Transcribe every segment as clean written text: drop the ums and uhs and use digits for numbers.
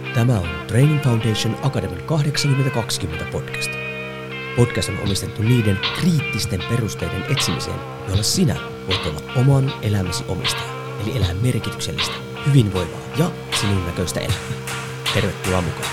Tämä on Training Foundation Academy 8020 podcast. Podcast on omistettu niiden kriittisten perusteiden etsimiseen, joilla sinä voit olla oman elämäsi omistaja, eli elää merkityksellistä, hyvinvoivaa ja sinun näköistä elämää. Tervetuloa mukaan.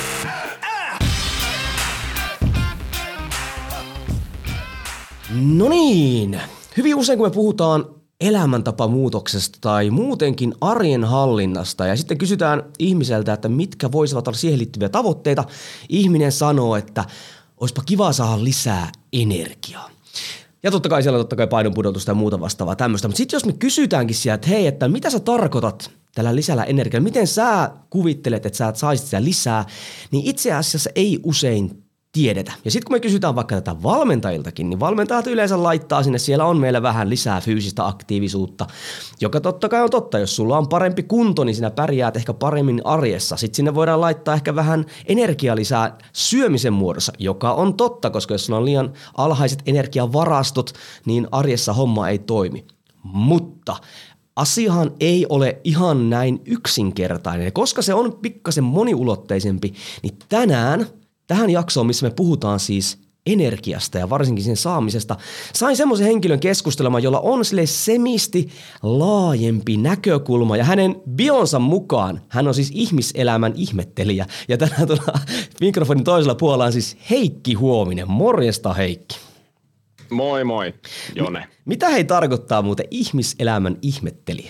No niin, hyvin usein kun me puhutaan elämäntapamuutoksesta tai muutenkin arjen hallinnasta ja sitten kysytään ihmiseltä, että mitkä voisivat olla siihen liittyviä tavoitteita, ihminen sanoo, että olisipa kiva saada lisää energiaa. Ja totta kai siellä on painonpudotusta ja muuta vastaavaa tämmöistä, mutta sitten jos me kysytäänkin sieltä, että hei, että mitä sä tarkoitat tällä lisällä energiaa, miten sä kuvittelet, että sä saisit sitä lisää, niin itse asiassa ei usein tiedetä. Ja sitten kun me kysytään vaikka tätä valmentajiltakin, niin valmentajat yleensä laittaa sinne, siellä on meillä vähän lisää fyysistä aktiivisuutta, joka totta kai on totta. Jos sulla on parempi kunto, niin sinä pärjäät ehkä paremmin arjessa. Sitten sinne voidaan laittaa ehkä vähän energiaa lisää syömisen muodossa, joka on totta, koska jos sulla on liian alhaiset energiavarastot, niin arjessa homma ei toimi. Mutta asiahan ei ole ihan näin yksinkertainen. Ja koska se on pikkasen moniulotteisempi, niin tänään tähän jaksoon, missä me puhutaan siis energiasta ja varsinkin sen saamisesta, sain semmoisen henkilön keskustelemaan, jolla on sille semisti laajempi näkökulma ja hänen bionsa mukaan hän on siis ihmiselämän ihmettelijä. Ja tänään tuolla mikrofonin toisella puolella on siis Heikki Huominen. Morjesta Heikki. Moi moi, Jone. Mitä hei tarkoittaa muuten ihmiselämän ihmettelijä?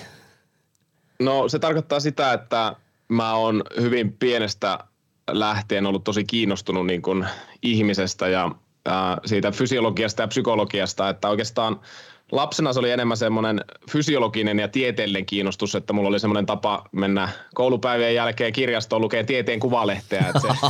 No se tarkoittaa sitä, että mä oon hyvin pienestä lähtien ollut tosi kiinnostunut niin kuin ihmisestä ja siitä fysiologiasta ja psykologiasta, että oikeastaan lapsena se oli enemmän semmoinen fysiologinen ja tieteellinen kiinnostus, että mulla oli semmoinen tapa mennä koulupäivien jälkeen kirjastoon lukee tieteen kuvalehteä.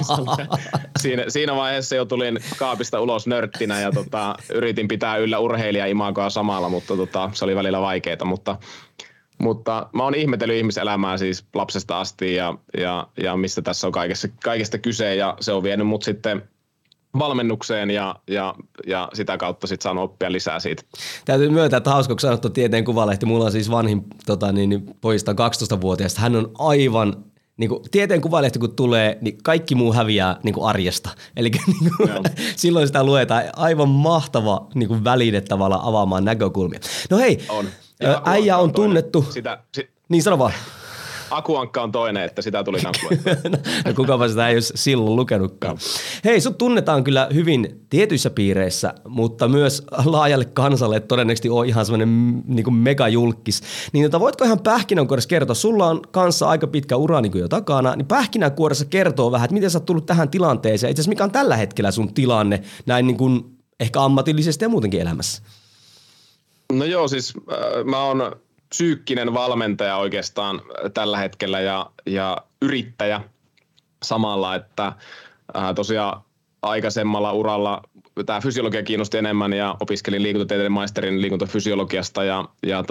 Siinä vaiheessa jo tulin kaapista ulos nörttinä ja yritin pitää yllä urheilija-imagoa samalla, mutta se oli välillä vaikeaa, mutta mä oon ihmetellyt ihmiselämää siis lapsesta asti ja mistä tässä on kaikesta kyse ja se on vienyt mut sitten valmennukseen ja sitä kautta sitten saanut oppia lisää siitä. Täytyy myöntää, että hauska, kun sanottu tieteen kuvalehti. Mulla on siis vanhin pojista 12-vuotiaasta. Hän on aivan tieteen kuvalehti kun tulee, niin kaikki muu häviää arjesta. Eli silloin sitä luetaan aivan mahtava väline tavallaan avaamaan näkökulmia. No hei, on. Äijä on tunnettu. Niin sano vaan. Akuankka on toinen, että sitä tuli kans no kukapa sitä ei ole silloin lukenutkaan. Hei, sut tunnetaan kyllä hyvin tietyissä piireissä, mutta myös laajalle kansalle, että todennäköisesti on ihan semmoinen megajulkkis. Niin voitko ihan pähkinänkuoressa kertoa, sulla on kanssa aika pitkä ura jo takana, niin pähkinänkuoressa kertoo vähän, että miten sä oot tullut tähän tilanteeseen. Itse asiassa mikä on tällä hetkellä sun tilanne näin ehkä ammatillisesti ja muutenkin elämässä? No joo, siis mä oon psyykkinen valmentaja oikeastaan tällä hetkellä ja yrittäjä samalla, että tosiaan aikaisemmalla uralla tämä fysiologia kiinnosti enemmän ja opiskelin liikuntatieteiden maisterin liikuntafysiologiasta ja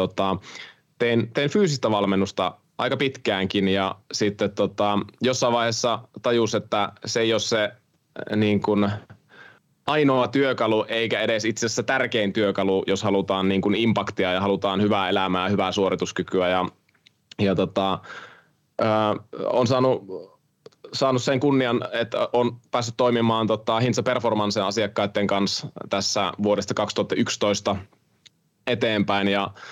tein fyysistä valmennusta aika pitkäänkin ja sitten jossain vaiheessa tajus, että se ei ole se niin kuin ainoa työkalu, eikä edes itse asiassa tärkein työkalu, jos halutaan niin kuin impaktia ja halutaan hyvää elämää ja hyvää suorituskykyä. On saanut sen kunnian, että on päässyt toimimaan Hintsa Performancen asiakkaiden kanssa tässä vuodesta 2011 eteenpäin.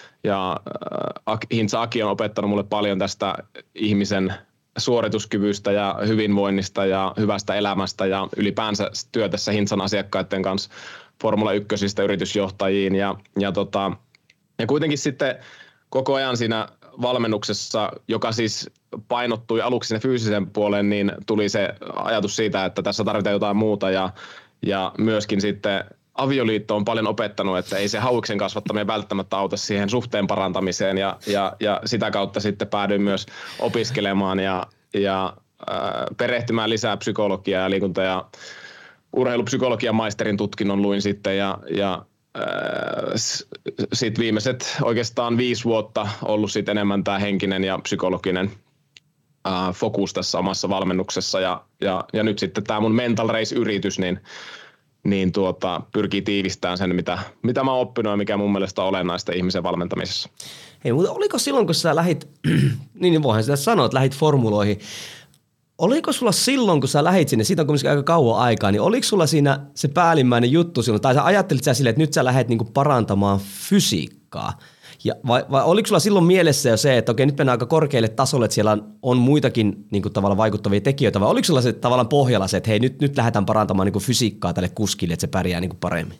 Hintsa Aki on opettanut mulle paljon tästä ihmisen suorituskyvystä ja hyvinvoinnista ja hyvästä elämästä ja ylipäänsä työ tässä Hintsan asiakkaiden kanssa Formula 1:istä yritysjohtajiin ja kuitenkin sitten koko ajan siinä valmennuksessa, joka siis painottui aluksi sinne fyysisen puoleen, niin tuli se ajatus siitä, että tässä tarvitaan jotain muuta ja myöskin sitten avioliitto on paljon opettanut, että ei se hauiksen kasvattaminen välttämättä auta siihen suhteen parantamiseen ja sitä kautta sitten päädyin myös opiskelemaan ja perehtymään lisää psykologiaa ja liikunta- ja urheilupsykologian maisterin tutkinnon luin sitten ja sitten viimeiset oikeastaan 5 vuotta ollut sitten enemmän tämä henkinen ja psykologinen fokus tässä omassa valmennuksessa ja nyt sitten tämä mun Mental Race-yritys, niin pyrkii tiivistämään sen, mitä mä oon oppinut ja mikä mun mielestä on olennaista ihmisen valmentamisessa. Hei, mutta oliko silloin, kun sä lähit, niin voihan sitä sanoa, että lähit formuloihin, oliko sulla silloin, kun sä lähit sinne, siitä on kuitenkin aika kauan aikaa, niin oliko sulla siinä se päällimmäinen juttu silloin, tai sä ajattelit sä silleen, että nyt sä lähdet niinku parantamaan fysiikkaa? Vai oliko sulla silloin mielessä jo se, että okei, nyt mennään aika korkealle tasolle, että siellä on muitakin niinku tavallaan vaikuttavia tekijöitä, vai oliko sulla se tavallaan pohjalla se, että hei, nyt lähdetään parantamaan niinku fysiikkaa tälle kuskille, että se pärjää niinku paremmin?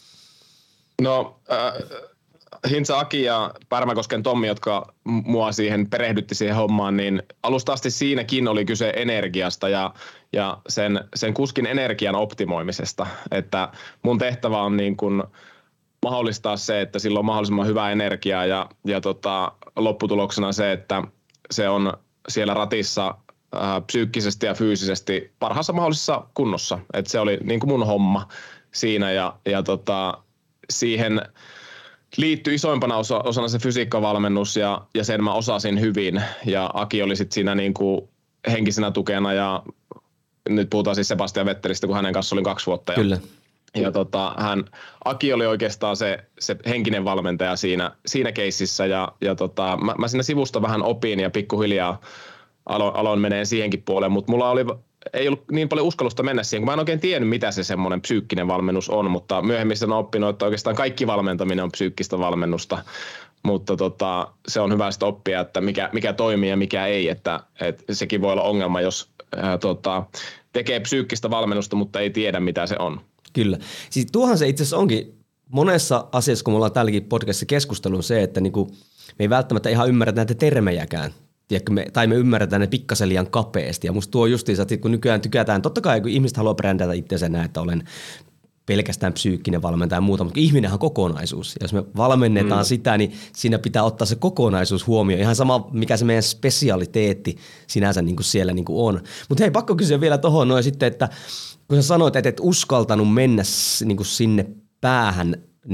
No, Hintsa Aki ja Pärmäkosken Tommi, jotka mua siihen perehdytti siihen hommaan, niin alusta asti siinäkin oli kyse energiasta ja sen kuskin energian optimoimisesta. Että mun tehtävä on niin kuin mahdollistaa se, että sillä on mahdollisimman hyvää energiaa ja lopputuloksena se, että se on siellä ratissa psyykkisesti ja fyysisesti parhaassa mahdollisessa kunnossa. Että se oli niin kuin mun homma siinä ja siihen liittyi isoimpana osana se fysiikkavalmennus ja sen mä osasin hyvin ja Aki oli sitten siinä niin kuin henkisenä tukena ja nyt puhutaan siis Sebastian Vettelistä, kun hänen kanssa olin 2 vuotta. Kyllä. Ja Aki oli oikeastaan se henkinen valmentaja siinä keississä ja mä siinä sivusta vähän opin ja pikkuhiljaa aloin menee siihenkin puoleen, mutta mulla ei ollut niin paljon uskallusta mennä siihen, kun mä en oikein tiennyt, mitä se semmoinen psyykkinen valmennus on, mutta myöhemmin sen on oppinut, että oikeastaan kaikki valmentaminen on psyykkistä valmennusta, mutta se on hyvä sitten oppia, että mikä toimii ja mikä ei, että sekin voi olla ongelma, jos tekee psyykkistä valmennusta, mutta ei tiedä, mitä se on. Kyllä. Siis tuohan se itse asiassa onkin monessa asiassa, kun me ollaan täälläkin podcastissa keskustelun se, että niinku, me ei välttämättä ihan ymmärrä näitä termejäkään. Tai me ymmärretään ne pikkasen liian kapeasti. Ja musta tuo justiinsa, että kun nykyään tykätään, totta kai kun ihmiset haluaa brändätä itseänsä näin, että olen pelkästään psyykkinen valmentaja ja muuta, mutta ihminenhän on kokonaisuus. Ja jos me valmennetaan sitä, niin siinä pitää ottaa se kokonaisuus huomioon. Ihan sama, mikä se meidän spesialiteetti sinänsä niin kuin siellä niin kuin on. Mutta hei, pakko kysyä vielä tohon noin sitten, että kun sä sanoit, että et uskaltanut mennä niin kuin sinne päähän,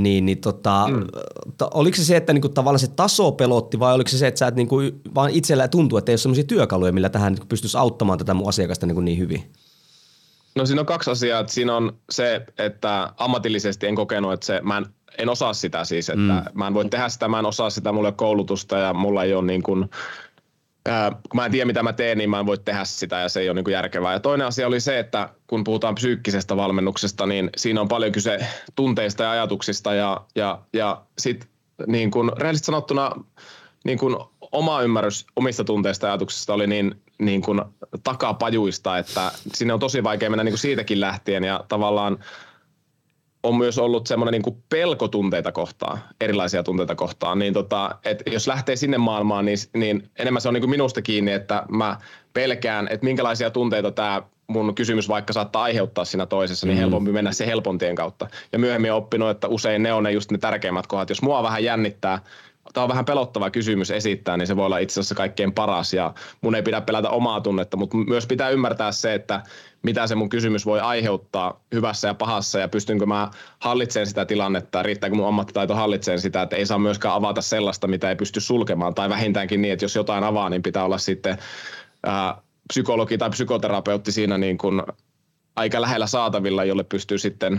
oliko se että niinku tavallaan se taso pelotti vai oliko se että sä et niinku vaan itsellä tuntuu, että ei ole sellaisia työkaluja, millä tähän niinku pystyisi auttamaan tätä mun asiakasta niin hyvin? No siinä on 2 asiaa. Että siinä on se, että ammatillisesti en kokenut, että mä en osaa sitä siis, että mä en voi tehdä sitä, mä en osaa sitä, mulla ei ole koulutusta ja mulla ei ole niin kuin, kun mä en tiedä mitä mä teen, niin mä en voi tehdä sitä ja se ei ole niin kuin järkevää. Ja toinen asia oli se, että kun puhutaan psyykkisestä valmennuksesta, niin siinä on paljon kyse tunteista ja ajatuksista ja sit niin kuin rehellisesti sanottuna niin kuin oma ymmärrys omista tunteista ja ajatuksista oli niin kuin takapajuista, että sinne on tosi vaikea mennä niin kuin siitäkin lähtien ja tavallaan on myös ollut semmoinen niin kuin pelko tunteita kohtaan, erilaisia tunteita kohtaan, niin että jos lähtee sinne maailmaan, niin enemmän se on niin kuin minusta kiinni, että mä pelkään, että minkälaisia tunteita tämä mun kysymys vaikka saattaa aiheuttaa siinä toisessa, niin helpompi mennä se helpontien kautta. Ja myöhemmin olen oppinut, että usein ne on ne just ne tärkeimmät kohdat. Jos mua vähän jännittää, tämä on vähän pelottava kysymys esittää, niin se voi olla itse asiassa kaikkein paras ja mun ei pidä pelätä omaa tunnetta, mutta myös pitää ymmärtää se, että mitä se mun kysymys voi aiheuttaa hyvässä ja pahassa ja pystynkö mä hallitsemaan sitä tilannetta, riittääkö mun ammattitaito hallitsemaan sitä, että ei saa myöskään avata sellaista, mitä ei pysty sulkemaan tai vähintäänkin niin, että jos jotain avaa, niin pitää olla sitten psykologi tai psykoterapeutti siinä niin kuin aika lähellä saatavilla, jolle pystyy sitten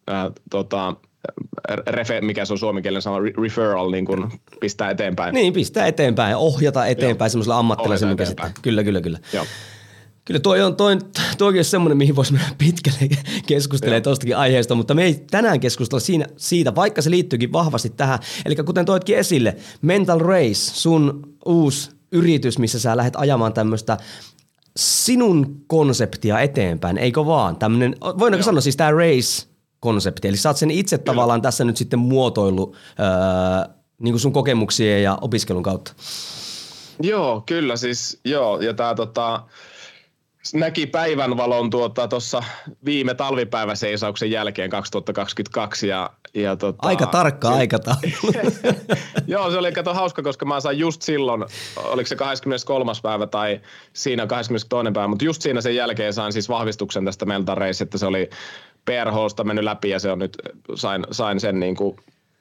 mikä se on suomenkielinen sana, referral, niin kuin pistää eteenpäin. Niin, pistää eteenpäin ja ohjata eteenpäin semmoisella ammattilaisella käsitteellä. Kyllä. Joo. Kyllä toikin on semmoinen, mihin voisi mennä pitkälle keskustelemaan tuostakin aiheesta, mutta me ei tänään keskustella siitä, vaikka se liittyykin vahvasti tähän. Eli kuten toitkin esille, Mental Race, sun uusi yritys, missä sä lähdet ajamaan tämmöistä sinun konseptia eteenpäin, eikö vaan? Tämmöinen, voidaanko sanoa siis tämä race-konsepti, eli sä oot sen itse tavallaan tässä nyt sitten muotoillut niin kuin sun kokemuksien ja opiskelun kautta. Joo, kyllä siis, joo, ja tää näki päivänvalon tuossa viime talvipäiväseisauksen jälkeen 2022 aika tarkka aikataulu. Joo, se oli hauska, koska mä sain just silloin, oliko se 23. päivä tai siinä 22. päivä, mutta just siinä sen jälkeen sain siis vahvistuksen tästä Mental Race, että se oli PRHsta mennyt läpi ja se on nyt, sain sen niin kuin,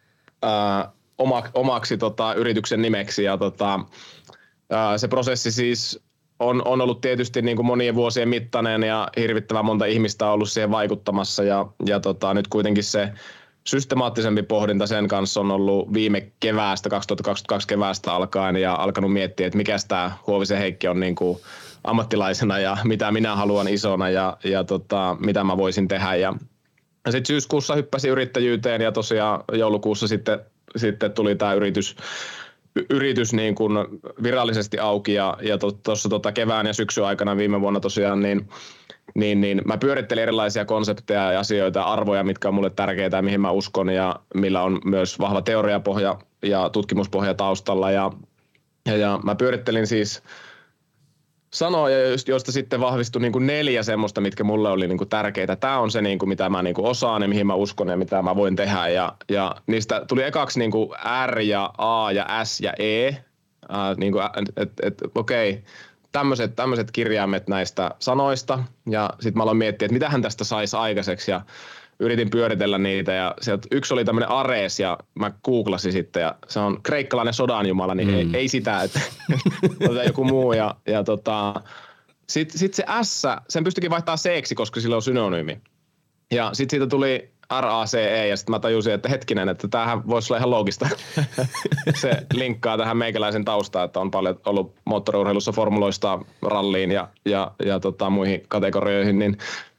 omaksi yrityksen nimeksi ja se prosessi siis on ollut tietysti niin kuin monien vuosien mittainen ja hirvittävän monta ihmistä on ollut siihen vaikuttamassa ja nyt kuitenkin se systemaattisempi pohdinta sen kanssa on ollut viime keväästä, 2022 keväästä alkaen ja alkanut miettiä, että mikäs tämä Huovisen Heikki on niin kuin ammattilaisena ja mitä minä haluan isona ja mitä mä voisin tehdä. Ja sitten syyskuussa hyppäsin yrittäjyyteen ja tosiaan joulukuussa sitten tuli tämä yritys niin kuin virallisesti auki ja tuossa kevään ja syksyn aikana viime vuonna tosiaan niin mä pyörittelin erilaisia konsepteja ja asioita ja arvoja, mitkä on mulle tärkeitä ja mihin mä uskon ja millä on myös vahva teoriapohja ja tutkimuspohja taustalla ja mä pyörittelin siis sanoja, joista sitten vahvistui niin kuin 4 semmoista, mitkä mulle oli niin kuin tärkeitä. Tämä on se, niin kuin, mitä mä niin kuin osaan ja mihin mä uskon ja mitä mä voin tehdä. Ja niistä tuli ekaksi niin kuin R ja A ja S ja E. Niin kuin, okei, tämmöiset kirjaimet näistä sanoista. Ja sitten mä aloin miettiä, että mitähän tästä saisi aikaiseksi. Ja yritin pyöritellä niitä ja sieltä yksi oli tämmöinen Ares ja mä googlasin sitten ja se on kreikkalainen sodanjumala, niin ei sitä, että joku muu ja sit se S, sen pystyikin vaihtaa C-ksi, koska sillä on synonyymi. Ja sit siitä tuli RACE ja sitten mä tajusin, että hetkinen, että tämähän voisi olla ihan loogista. Se linkkaa tähän meikäläisen taustaan, että on paljon ollut moottoriurheilussa formuloista ralliin ja muihin kategorioihin, niin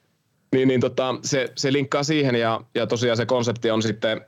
se linkkaa siihen ja tosiaan se konsepti on sitten,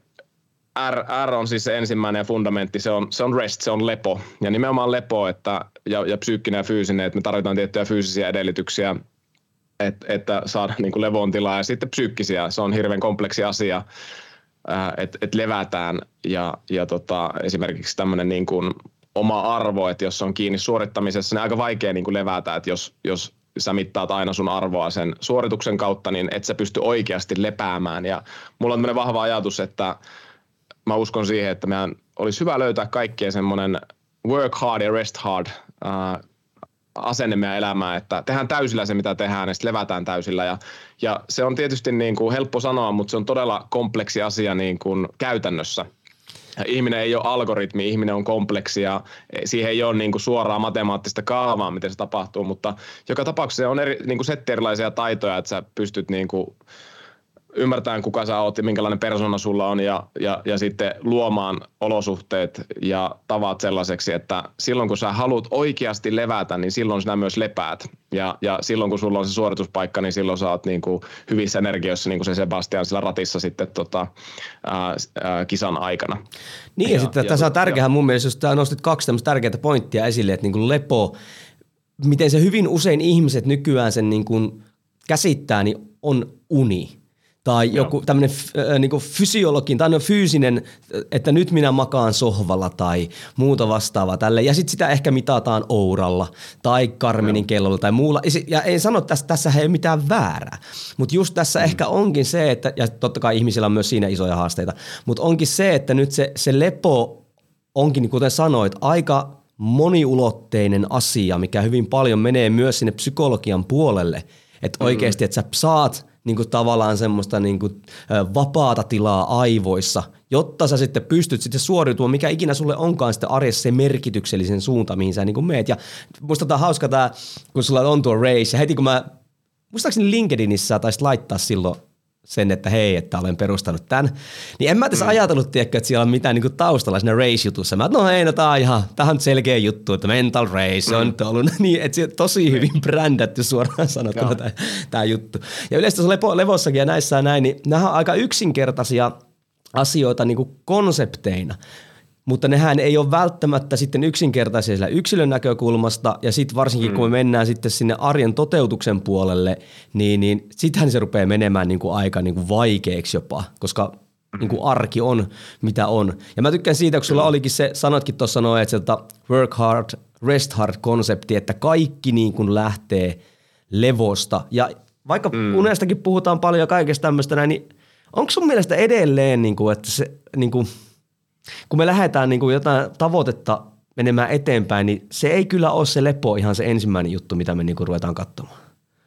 R on siis se ensimmäinen ja fundamentti, se on rest, se on lepo ja nimenomaan lepo ja psyykkinen ja fyysinen, että me tarvitaan tiettyjä fyysisiä edellytyksiä, että saada niin kuin levoon tilaa ja sitten psyykkisiä, se on hirveän kompleksi asia, että levätään ja esimerkiksi tämmöinen niin kuin oma arvo, että jos on kiinni suorittamisessa, niin aika vaikea niin kuin levätä, että jos sä mittaat aina sun arvoa sen suorituksen kautta, niin et sä pysty oikeasti lepäämään. Ja mulla on tämmöinen vahva ajatus, että mä uskon siihen, että meidän olisi hyvä löytää kaikkien semmoinen work hard ja rest hard asenne meidän elämään, että tehdään täysillä se, mitä tehdään, ja sitten levätään täysillä. Ja se on tietysti niin kuin helppo sanoa, mutta se on todella kompleksi asia niin kuin käytännössä. Ihminen ei ole algoritmi, ihminen on kompleksi ja siihen ei ole niin kuin suoraa matemaattista kaavaa, miten se tapahtuu, mutta joka tapauksessa on niin kuin setti erilaisia taitoja, että sä pystyt niin kuin ymmärtämään, kuka sä oot ja minkälainen persona sulla on ja sitten luomaan olosuhteet ja tavat sellaiseksi, että silloin kun sä haluat oikeasti levätä, niin silloin sinä myös lepäät. Ja silloin kun sulla on se suorituspaikka, niin silloin sä oot niin kuin hyvissä energioissa, niin kuin se Sebastian sillä ratissa sitten kisan aikana. Niin ja sitten tässä on tärkeää mun mielestä, jos tää nostit 2 tämmöistä tärkeää pointtia esille, että niin kuin lepo, miten se hyvin usein ihmiset nykyään sen niin kuin käsittää, niin on uni. Tai joku tämmöinen niinku fysiologin tai fyysinen, että nyt minä makaan sohvalla tai muuta vastaavaa tälle. Ja sitten sitä ehkä mitataan Ouralla tai Garminin kellolla tai muulla. Ja en sano, että tässä ei ole mitään väärää. Mutta just tässä ehkä onkin se, että, ja totta kai ihmisillä on myös siinä isoja haasteita, mutta onkin se, että nyt se lepo onkin, kuten sanoit, aika moniulotteinen asia, mikä hyvin paljon menee myös sinne psykologian puolelle. Että oikeasti, että sä saat niin kuin tavallaan semmoista niin kuin vapaata tilaa aivoissa, jotta sä sitten pystyt sitten suoriutumaan, mikä ikinä sulle onkaan sitten arjessa se merkityksellisen suunta, mihin sä niin kuin meet. Ja musta tää on hauska tää, kun sulla on tuo race, ja heti kun muistaakseni LinkedInissä taisit laittaa silloin sen, että hei, että olen perustanut tämän, niin en mä tässä ajatellut, tiedäkö, että siellä on mitään niin kuin taustalla siinä race-jutussa. Mä no hei, no tää on nyt selkeä juttu, että mental race on nyt ollut niin, että se on tosi hyvin brändätty suoraan sanottuna tämä juttu. Ja yleensä tuossa levossakin ja näissä ja näin, niin nämä on aika yksinkertaisia asioita niin kuin konsepteina, mutta nehän ei ole välttämättä sitten yksinkertaisia sillä yksilön näkökulmasta ja sitten varsinkin kun me mennään sitten sinne arjen toteutuksen puolelle, niin sittenhän se rupeaa menemään niin kuin aika niin kuin vaikeaksi jopa, koska niin kuin arki on mitä on. Ja mä tykkään siitä, kun sulla olikin se, sanoitkin tuossa noin, että sieltä work hard, rest hard -konsepti, että kaikki niin kuin lähtee levosta. Ja vaikka unestakin puhutaan paljon ja kaikesta tämmöistä näin, niin onko sun mielestä edelleen, niin kuin, että se niin kuin kun me lähdetään niin kuin jotain tavoitetta menemään eteenpäin, niin se ei kyllä ole se lepo ihan se ensimmäinen juttu, mitä me niin kuin ruvetaan katsomaan.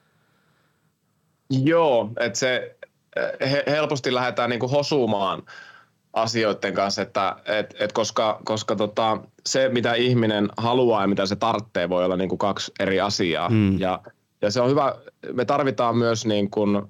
Joo, että se helposti lähdetään niin kuin hosumaan asioiden kanssa, että koska se, mitä ihminen haluaa ja mitä se tarvitsee, voi olla niin kuin 2 eri asiaa. Ja se on hyvä, me tarvitaan myös niin kuin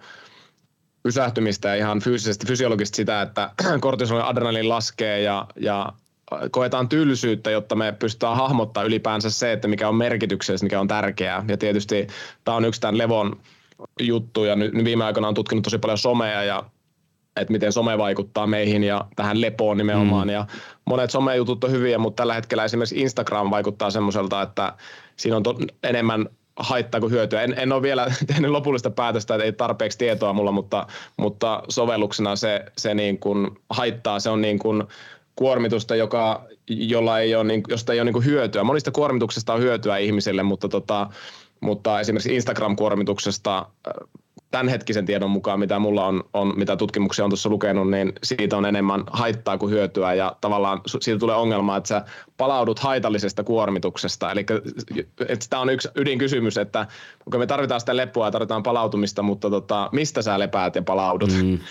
pysähtymistä ja ihan fyysisesti, fysiologisesti sitä, että kortisolin adrenaliin laskee ja koetaan tylsyyttä, jotta me pystytään hahmottaa ylipäänsä se, että mikä on merkityksellistä, mikä on tärkeää. Ja tietysti tämä on yksi tämän levon juttu, ja nyt viime aikoina on tutkinut tosi paljon somea, ja että miten some vaikuttaa meihin ja tähän lepoon nimenomaan. Ja monet somejutut on hyviä, mutta tällä hetkellä esimerkiksi Instagram vaikuttaa semmoiselta, että siinä on enemmän haittaa kuin hyötyä. En ole vielä tehnyt lopullista päätöstä, että ei tarpeeksi tietoa mulla, mutta sovelluksena se niin kuin haittaa. Se on niin kuin kuormitusta, josta ei ole niin kuin hyötyä. Monista kuormituksesta on hyötyä ihmisille, mutta esimerkiksi Instagram-kuormituksesta tämänhetkisen tiedon mukaan, mitä mulla on, mitä tutkimuksia on tuossa lukenut, niin siitä on enemmän haittaa kuin hyötyä, ja tavallaan siitä tulee ongelma, että sä palaudut haitallisesta kuormituksesta. Eli tämä on yksi ydinkysymys, että me tarvitaan sitä lepoa ja tarvitaan palautumista, mutta mistä sä lepäät ja palaudut?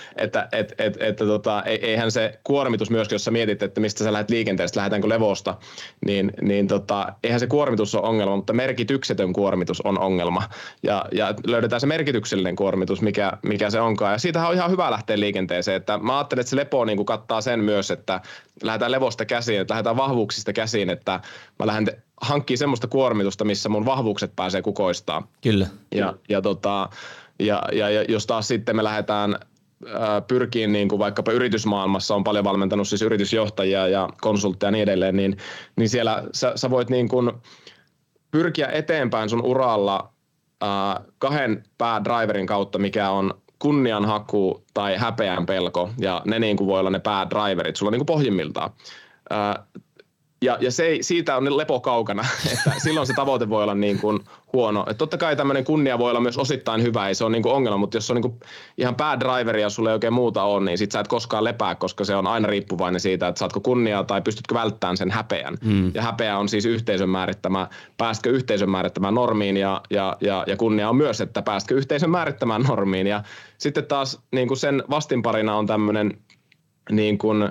Eihän se kuormitus myöskin, jos sä mietit, että mistä sä lähdet liikenteestä, lähdetäänkö levosta, niin eihän se kuormitus ole ongelma, mutta merkityksetön kuormitus on ongelma. Ja löydetään se merkityksellinen kuormitus, mikä se onkaan. Ja siitähän on ihan hyvä lähteä liikenteeseen. Että mä ajattelen, että se lepo niin kuin kattaa sen myös, että lähdetään levosta käsiin, että lähdetään vahvuuksista käsiin, että mä lähden hankkimaan semmoista kuormitusta, missä mun vahvuukset pääsee kukoistaa. Kyllä. Ja jos taas sitten me lähdetään pyrkiin, niin kuin vaikkapa yritysmaailmassa on paljon valmentanut siis yritysjohtajia ja konsultteja ja niin edelleen, niin siellä sä voit niin kuin pyrkiä eteenpäin sun uralla kahden päädriverin kautta, mikä on kunnianhaku tai häpeän pelko, ja ne niin kuin voi olla ne päädriverit sulla niin kuin pohjimmiltaan. Ja siitä on lepo kaukana, että silloin se tavoite voi olla niin kuin huono. Että totta kai tämmöinen kunnia voi olla myös osittain hyvä, ei se ole niin kuin ongelma, mutta jos se on niin kuin ihan päädriveri ja sulla ei oikein muuta ole, niin sit sä et koskaan lepää, koska se on aina riippuvainen siitä, että saatko kunniaa tai pystytkö välttämään sen häpeän. Ja häpeä on siis yhteisön määrittämä, päästkö yhteisön määrittämään normiin, ja kunnia on myös, että päästkö yhteisön määrittämään normiin. Ja sitten taas niin kuin sen vastinparina on tämmöinen niin kuin,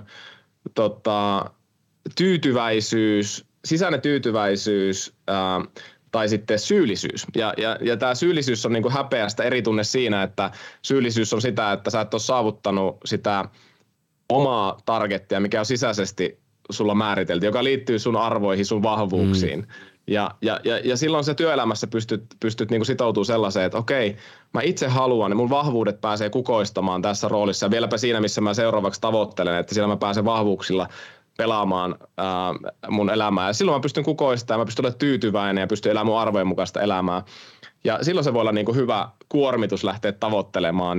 tyytyväisyys, sisäinen tyytyväisyys tai sitten syyllisyys. Ja tämä syyllisyys on niin kuin häpeästä eri tunne siinä, että syyllisyys on sitä, että sä et ole saavuttanut sitä omaa targettia, mikä on sisäisesti sulla määritelty, joka liittyy sun arvoihin, sun vahvuuksiin. Ja silloin se työelämässä pystyt niin kuin sitoutumaan sellaiseen, että okei, mä itse haluan, ja mun vahvuudet pääsee kukoistamaan tässä roolissa. Ja vieläpä siinä, missä mä seuraavaksi tavoittelen, että siellä mä pääsen vahvuuksilla pelaamaan mun elämää. Ja silloin mä pystyn kukoistamaan, mä pystyn olemaan tyytyväinen ja pystyn elämään mun arvojen mukaista elämää. Ja silloin se voi olla niin kuin hyvä kuormitus lähteä tavoittelemaan.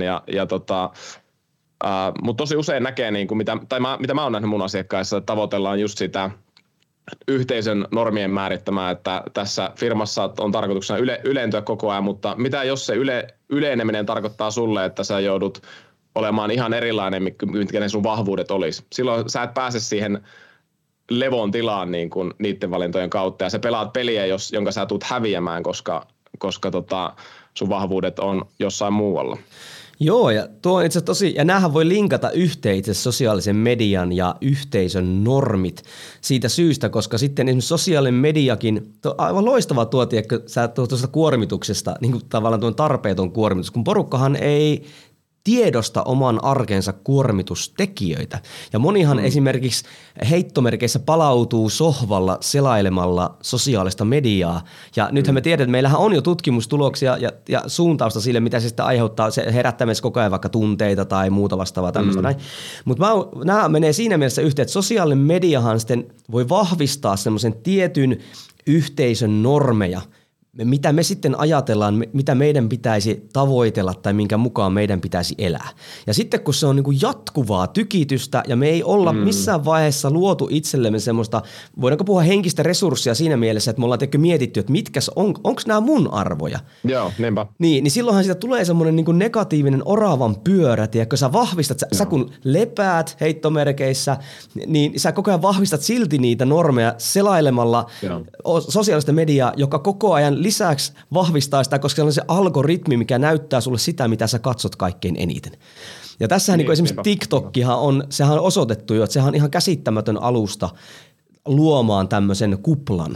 Mutta tosi usein näkee, niin kuin mitä mä oon nähnyt mun asiakkaissa, että tavoitellaan just sitä yhteisön normien määrittämää, että tässä firmassa on tarkoituksena yleentyä koko ajan, mutta mitä jos se yleeneminen tarkoittaa sulle, että sä joudut olemaan ihan erilainen, mitkä ne sun vahvuudet olisi. Silloin sä et pääse siihen levon tilaan niin kuin niiden valintojen kautta, ja sä pelaat peliä, jonka sä tulet häviämään, koska sun vahvuudet on jossain muualla. Joo, ja tuo on itse asiassa tosi, ja näähän voi linkata yhteen itse sosiaalisen median ja yhteisön normit siitä syystä, koska sitten esimerkiksi sosiaalinen mediakin, aivan loistava tuoti, että sä tuosta kuormituksesta, niin kuin tavallaan tuon tarpeeton kuormitus, kun porukkahan ei tiedosta oman arkensa kuormitustekijöitä. Ja monihan esimerkiksi heittomerkeissä palautuu sohvalla selailemalla sosiaalista mediaa. Ja nythän me tiedetään, että meillähän on jo tutkimustuloksia ja suuntausta sille, mitä se sitten aiheuttaa. Se herättää meissä koko ajan vaikka tunteita tai muuta vastaavaa tämmöistä näin. Mutta nämä menee siinä mielessä yhteen, että sosiaalinen mediahan sitten voi vahvistaa semmoisen tietyn yhteisön normeja, mitä me sitten ajatellaan, mitä meidän pitäisi tavoitella tai minkä mukaan meidän pitäisi elää. Ja sitten kun se on niin kuin jatkuvaa tykitystä ja me ei olla missään vaiheessa luotu itsellemme semmoista, voidaanko puhua henkistä resurssia siinä mielessä, että me ollaan mietitty, että onko nämä mun arvoja. Joo, niinpä. Niin silloinhan siitä tulee semmoinen niin kuin negatiivinen oravan pyörä, kun sä vahvistat, sä kun lepäät heittomerkeissä, niin sä koko ajan vahvistat silti niitä normeja selailemalla sosiaalista mediaa, joka koko ajan lisäksi vahvistaa sitä, koska se on se algoritmi, mikä näyttää sulle sitä, mitä sä katsot kaikkein eniten. Ja tässähän niin esimerkiksi TikTokkihan sehän on osoitettu jo, että sehän on ihan käsittämätön alusta luomaan tämmöisen kuplan,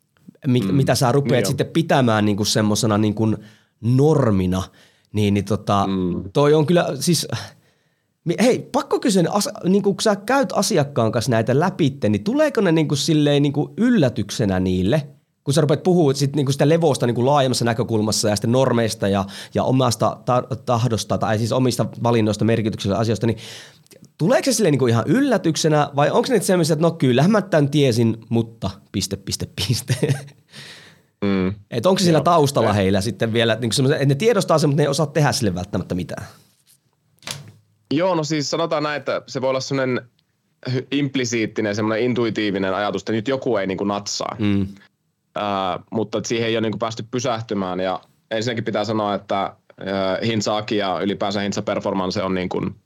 mitä sä rupeat sitten pitämään niin kuin semmosena niin kuin normina. Toi on kyllä siis, Hei, pakko kysyä, niin kun sä käyt asiakkaan kanssa näitä läpitte, niin tuleeko ne niin kuin silleen niin kuin yllätyksenä niille? Kun sä rupeat puhua niin sitä levosta niin kuin laajemmassa näkökulmassa ja sitten normeista ja omasta tahdosta tai siis omista valinnoista, merkityksistä asioista, niin tuleeko se silleen niin kuin ihan yllätyksenä vai onko ne sellaiset, että no kyllähän mä tämän tiesin, mutta ... Että onko se siellä taustalla heillä sitten vielä, niin että ne tiedostaa sen, mutta ne ei osaa tehdä sille välttämättä mitään? Joo, no siis sanotaan näin, että se voi olla sellainen implisiittinen, semmoinen intuitiivinen ajatus, että nyt joku ei niin kuin natsaa. Mutta siihen ei ole niin kuin päästy pysähtymään. Ja ensinnäkin pitää sanoa, että Hintsa-Aki ja ylipäänsä Hintsa-performance on niin kuin,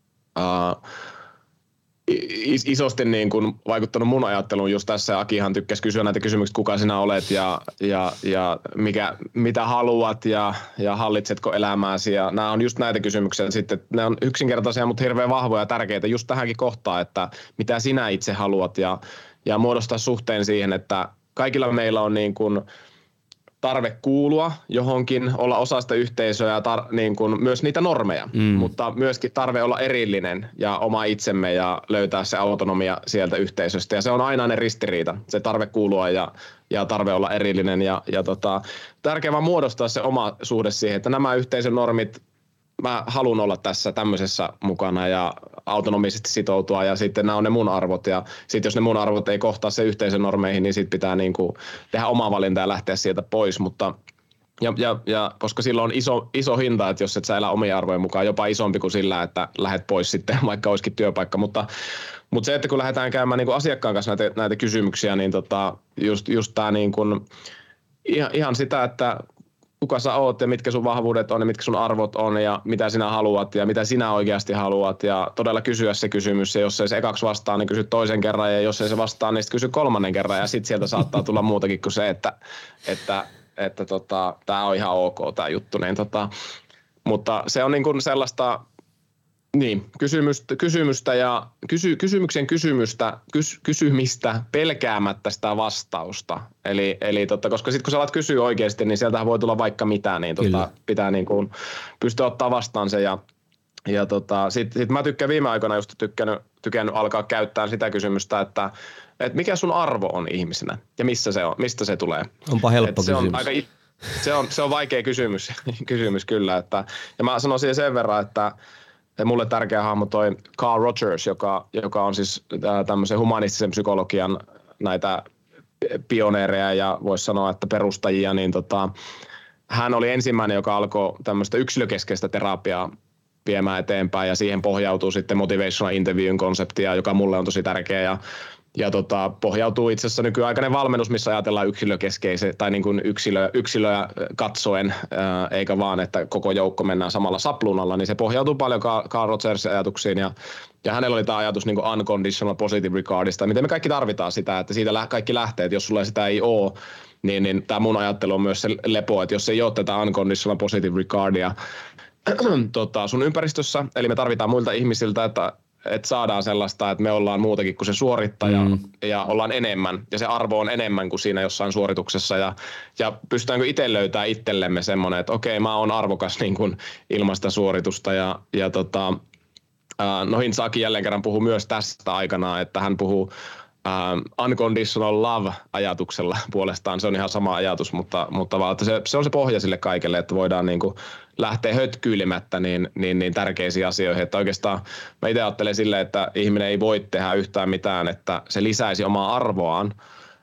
isosti niin kuin vaikuttanut mun ajatteluun just tässä. Akihan tykkäsi kysyä näitä kysymyksiä, kuka sinä olet ja mitä haluat ja hallitsetko elämääsi. Ja nämä on just näitä kysymyksiä. Sitten ne on yksinkertaisia, mutta hirveän vahvoja ja tärkeitä just tähänkin kohtaan, että mitä sinä itse haluat ja muodostaa suhteen siihen, että kaikilla meillä on niin kuin tarve kuulua johonkin, olla osa sitä yhteisöä ja niin kuin myös niitä normeja, mutta myöskin tarve olla erillinen ja oma itsemme ja löytää se autonomia sieltä yhteisöstä. Ja se on aina ne ristiriita, se tarve kuulua ja tarve olla erillinen. Tärkeää vaan muodostaa se oma suhde siihen, että nämä yhteisön normit, mä haluan olla tässä tämmöisessä mukana ja autonomisesti sitoutua ja sitten nämä on ne mun arvot ja sitten jos ne mun arvot ei kohtaa se yhteisön normeihin, niin sitten pitää niinku tehdä oma valinta ja lähteä sieltä pois, mutta ja koska silloin on iso hinta, että jos et sä elä omia arvojen mukaan, jopa isompi kuin sillä, että lähdet pois sitten, vaikka olisikin työpaikka, mutta se, että kun lähdetään käymään niinku asiakkaan kanssa näitä kysymyksiä, niin just tää niinku, ihan sitä, että kuka sä oot ja mitkä sun vahvuudet on ja mitkä sun arvot on ja mitä sinä haluat ja mitä sinä oikeasti haluat ja todella kysyä se kysymys ja jos ei se ekaksi vastaa, niin kysy toisen kerran ja jos ei se vastaa, niin sitten kysy kolmannen kerran ja sitten sieltä saattaa tulla muutakin kuin se, että tää on ihan ok tää juttu, niin mutta se on niin kuin sellaista kysymystä ja kysymistä pelkäämättä sitä vastausta. Eli koska sitten kun sä alat kysyä oikeasti, niin sieltähän voi tulla vaikka mitä, niin pitää niin kuin pystyä ottaa vastaan se. Ja sit mä tykkään viime aikoina just tykännyt alkaa käyttää sitä kysymystä, että mikä sun arvo on ihmisenä ja mistä se tulee. Onpa helppo kysymys. Se on vaikea kysymys kyllä. Ja mä sanoisin sen verran, että mulle tärkeä hahmo toi Carl Rogers, joka on siis tämmöisen humanistisen psykologian näitä pioneereja ja voisi sanoa, että perustajia, niin hän oli ensimmäinen, joka alkoi tämmöistä yksilökeskeistä terapiaa viemään eteenpäin ja siihen pohjautuu sitten motivational interviewn konseptia, joka mulle on tosi tärkeä ja pohjautuu itse asiassa nykyaikainen valmennus, missä ajatellaan yksilökeskeisen tai niin kuin yksilöä katsoen, eikä vaan, että koko joukko mennään samalla sapluunalla, niin se pohjautuu paljon Carl Rogersin ajatuksiin ja hänellä oli tämä ajatus niin kuin unconditional positive regardista, miten me kaikki tarvitaan sitä, että siitä kaikki lähtee, että jos sulla sitä ei ole, niin tämä mun ajattelu on myös se lepo, että jos ei ole tätä unconditional positive regardia sun ympäristössä, eli me tarvitaan muilta ihmisiltä, että saadaan sellaista, että me ollaan muutakin kuin se suorittaja ja ollaan enemmän ja se arvo on enemmän kuin siinä jossain suorituksessa ja pystytäänkö itse löytämään itsellemme semmoinen, että okei, mä oon arvokas niin kuin ilman sitä suoritusta ja Hintsa-Aki jälleen kerran puhuu myös tästä aikanaan, että hän puhuu unconditional love-ajatuksella puolestaan. Se on ihan sama ajatus, mutta vaan, että se on se pohja sille kaikelle, että voidaan niin kuin lähteä hötkyilemättä niin tärkeisiin asioihin. Että oikeastaan mä itse ajattelen silleen, että ihminen ei voi tehdä yhtään mitään, että se lisäisi omaa arvoaan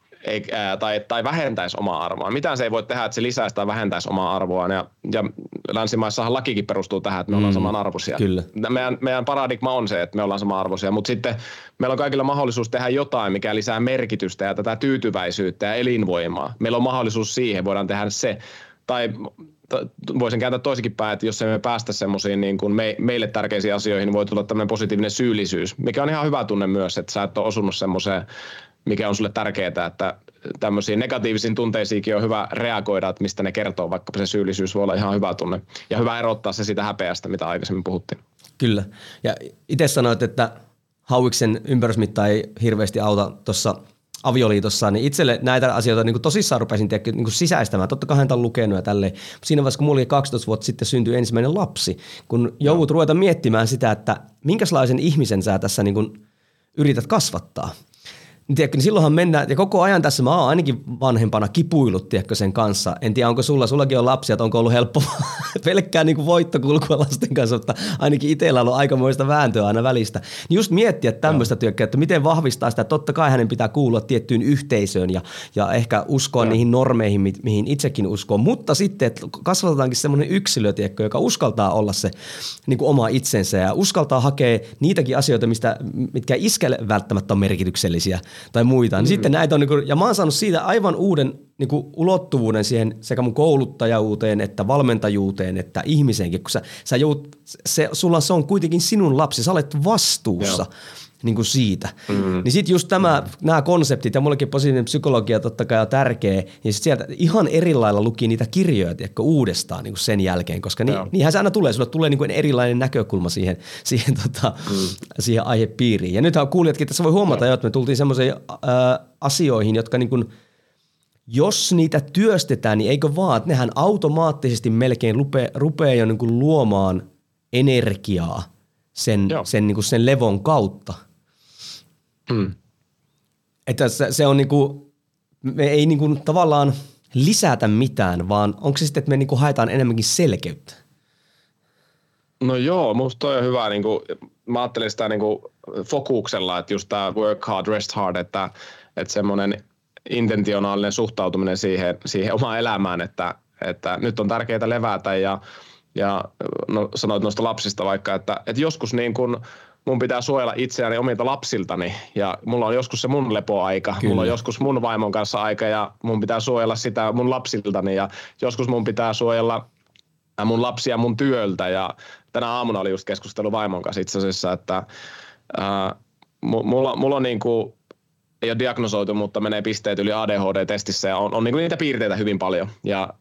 tai vähentäisi omaa arvoaan. Mitään se ei voi tehdä, että se lisäisi tai vähentäisi omaa arvoaan. Ja länsimaissahan lakikin perustuu tähän, että me ollaan samanarvoisia. Kyllä. Meidän paradigma on se, että me ollaan samanarvoisia, mutta sitten meillä on kaikilla mahdollisuus tehdä jotain, mikä lisää merkitystä ja tätä tyytyväisyyttä ja elinvoimaa. Meillä on mahdollisuus siihen, voidaan tehdä se. Tai voisin kääntää toisinkin päin, että jos emme päästä semmoisiin niin kuin meille tärkeisiin asioihin, niin voi tulla tämmöinen positiivinen syyllisyys, mikä on ihan hyvä tunne myös, että sä et ole osunut semmoiseen, mikä on sulle tärkeää, että tämmöisiin negatiivisiin tunteisiinkin on hyvä reagoida, että mistä ne kertoo, vaikka se syyllisyys voi olla ihan hyvä tunne. Ja hyvä erottaa se siitä häpeästä, mitä aikaisemmin puhuttiin. Kyllä. Ja itse sanoit, että hauiksen ympärysmitta ei hirveästi auta tuossa avioliitossa, niin itselle näitä asioita niin kuin tosissaan rupesin niin kuin sisäistämään. Totta kai häntä on lukenut ja tälleen. Siinä vaiheessa, kun mulla oli 12 vuotta sitten syntyi ensimmäinen lapsi, kun joudut ruveta miettimään sitä, että minkälaisen ihmisen sä tässä niin kuin yrität kasvattaa. Tiedätkö, niin silloinhan mennään, ja koko ajan tässä mä oon ainakin vanhempana kipuillut, tiedätkö, sen kanssa. En tiedä, onko sullakin on lapsia, että onko ollut helppo pelkkää niin kuin voittokulkua lasten kanssa, mutta ainakin itsellä on ollut aikamoista vääntöä aina välistä. Niin just miettiä tämmöistä työkkää, että miten vahvistaa sitä, että totta kai hänen pitää kuulua tiettyyn yhteisöön ja ehkä uskoa niihin normeihin, mihin itsekin uskoo, mutta sitten, että kasvatetaankin semmoinen yksilö, tiedätkö, joka uskaltaa olla se niin kuin oma itsensä ja uskaltaa hakea niitäkin asioita, mitkä iskelle välttämättä on merkityksellisiä tai muita. Niin sitten näitä on, ja mä oon saanut siitä aivan uuden niin kuin ulottuvuuden siihen sekä mun kouluttajuuteen, että valmentajuuteen, että ihmiseenkin, kun sulla se on kuitenkin sinun lapsi, sä olet vastuussa niin kuin siitä. Niin sitten just nämä konseptit, ja mullekin positiivinen psykologia totta kai on tärkeä, ja sitten sieltä ihan eri lailla luki niitä kirjoja, tiedätkö, uudestaan niin kuin sen jälkeen, koska niinhän se aina tulee, sulle tulee niin kuin erilainen näkökulma siihen aihepiiriin. Ja nythän kuulijatkin tässä voi huomata jo, että me tultiin semmoisiin asioihin, jotka niin kuin, jos niitä työstetään, niin eikö vaan, että nehän automaattisesti melkein rupeaa jo niin kuin luomaan energiaa sen levon kautta. Että se on niinku, me ei niinku tavallaan lisätä mitään, vaan onko se sitten, että me niinku haetaan enemmänkin selkeyttä? No joo, musta toi on hyvä. Niinku, mä ajattelin sitä niinku fokuksella, että just tää work hard, rest hard, että semmoinen intentionaalinen suhtautuminen siihen omaan elämään, että nyt on tärkeää levätä ja no, sanoit noista lapsista vaikka, että joskus niin kun mun pitää suojella itseäni omilta lapsiltani ja mulla on joskus se mun lepoaika, Kyllä. Mulla on joskus mun vaimon kanssa aika ja mun pitää suojella sitä mun lapsiltani ja joskus mun pitää suojella mun lapsia mun työltä ja tänä aamuna oli just keskustelu vaimon kanssa itse asiassa, että mulla on niinku ei ole diagnosoitu, mutta menee pisteet yli ADHD-testissä ja on niinku niitä piirteitä hyvin paljon ja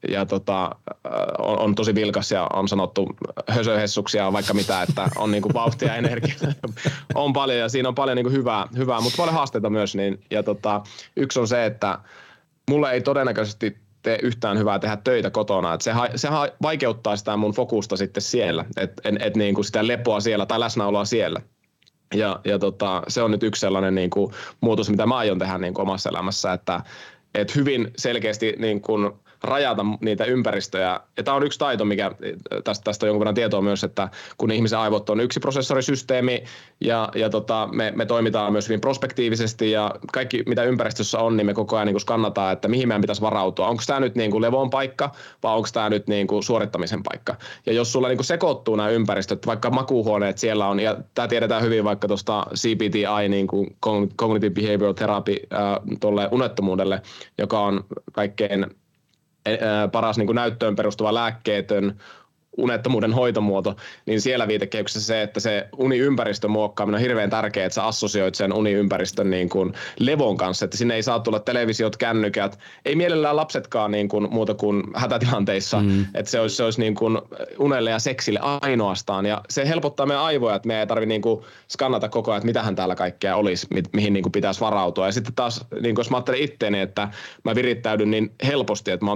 on tosi vilkas ja on sanottu hösöhessuksia vaikka mitä, että on niinku vauhtia ja energiaa on paljon ja siinä on paljon niinku hyvää, mutta paljon haasteita myös. Niin, ja yksi on se, että mulle ei todennäköisesti tee yhtään hyvää tehdä töitä kotona, että se vaikeuttaa sitä mun fokusta sitten siellä, että niinku sitä lepoa siellä tai läsnäoloa siellä. Ja se on nyt yksi sellainen niin kuin muutos, mitä mä aion tehdä niin kuin omassa elämässä, että hyvin selkeästi niin kuin rajata niitä ympäristöjä. Ja tämä on yksi taito, mikä tästä on jonkun verran tietoa myös, että kun ihmisen aivot on yksi prosessorisysteemi ja me toimitaan myös hyvin prospektiivisesti ja kaikki mitä ympäristössä on, niin me koko ajan niin kuin skannataan, että mihin meidän pitäisi varautua. Onko tämä nyt niin kuin levon paikka vai onko tämä nyt niin kuin suorittamisen paikka? Ja jos sulla niin kuin sekoittuu nämä ympäristöt, vaikka makuuhuoneet siellä on, ja tämä tiedetään hyvin vaikka tuosta CBTI, niin kuin Cognitive Behavioral Therapy, tuolle unettomuudelle, joka on kaikkein paras niin kuin näyttöön perustuva lääkkeetön unettomuuden hoitomuoto, niin siellä viitekehyksessä se, että se uniympäristön muokkaaminen on hirveän tärkeää, että sä assosioit sen uniympäristön niin kuin levon kanssa, että sinne ei saa tulla televisiot, kännykät, ei mielellään lapsetkaan niin kuin muuta kuin hätätilanteissa, että se olisi niin kuin unelle ja seksille ainoastaan, ja se helpottaa meidän aivoja, että me ei tarvitse niin kuin skannata koko ajan, että mitähän täällä kaikkea olisi, mihin niin kuin pitäisi varautua, ja sitten taas, niin kuin jos mä ajattelen itteeni, että mä virittäydyn niin helposti, että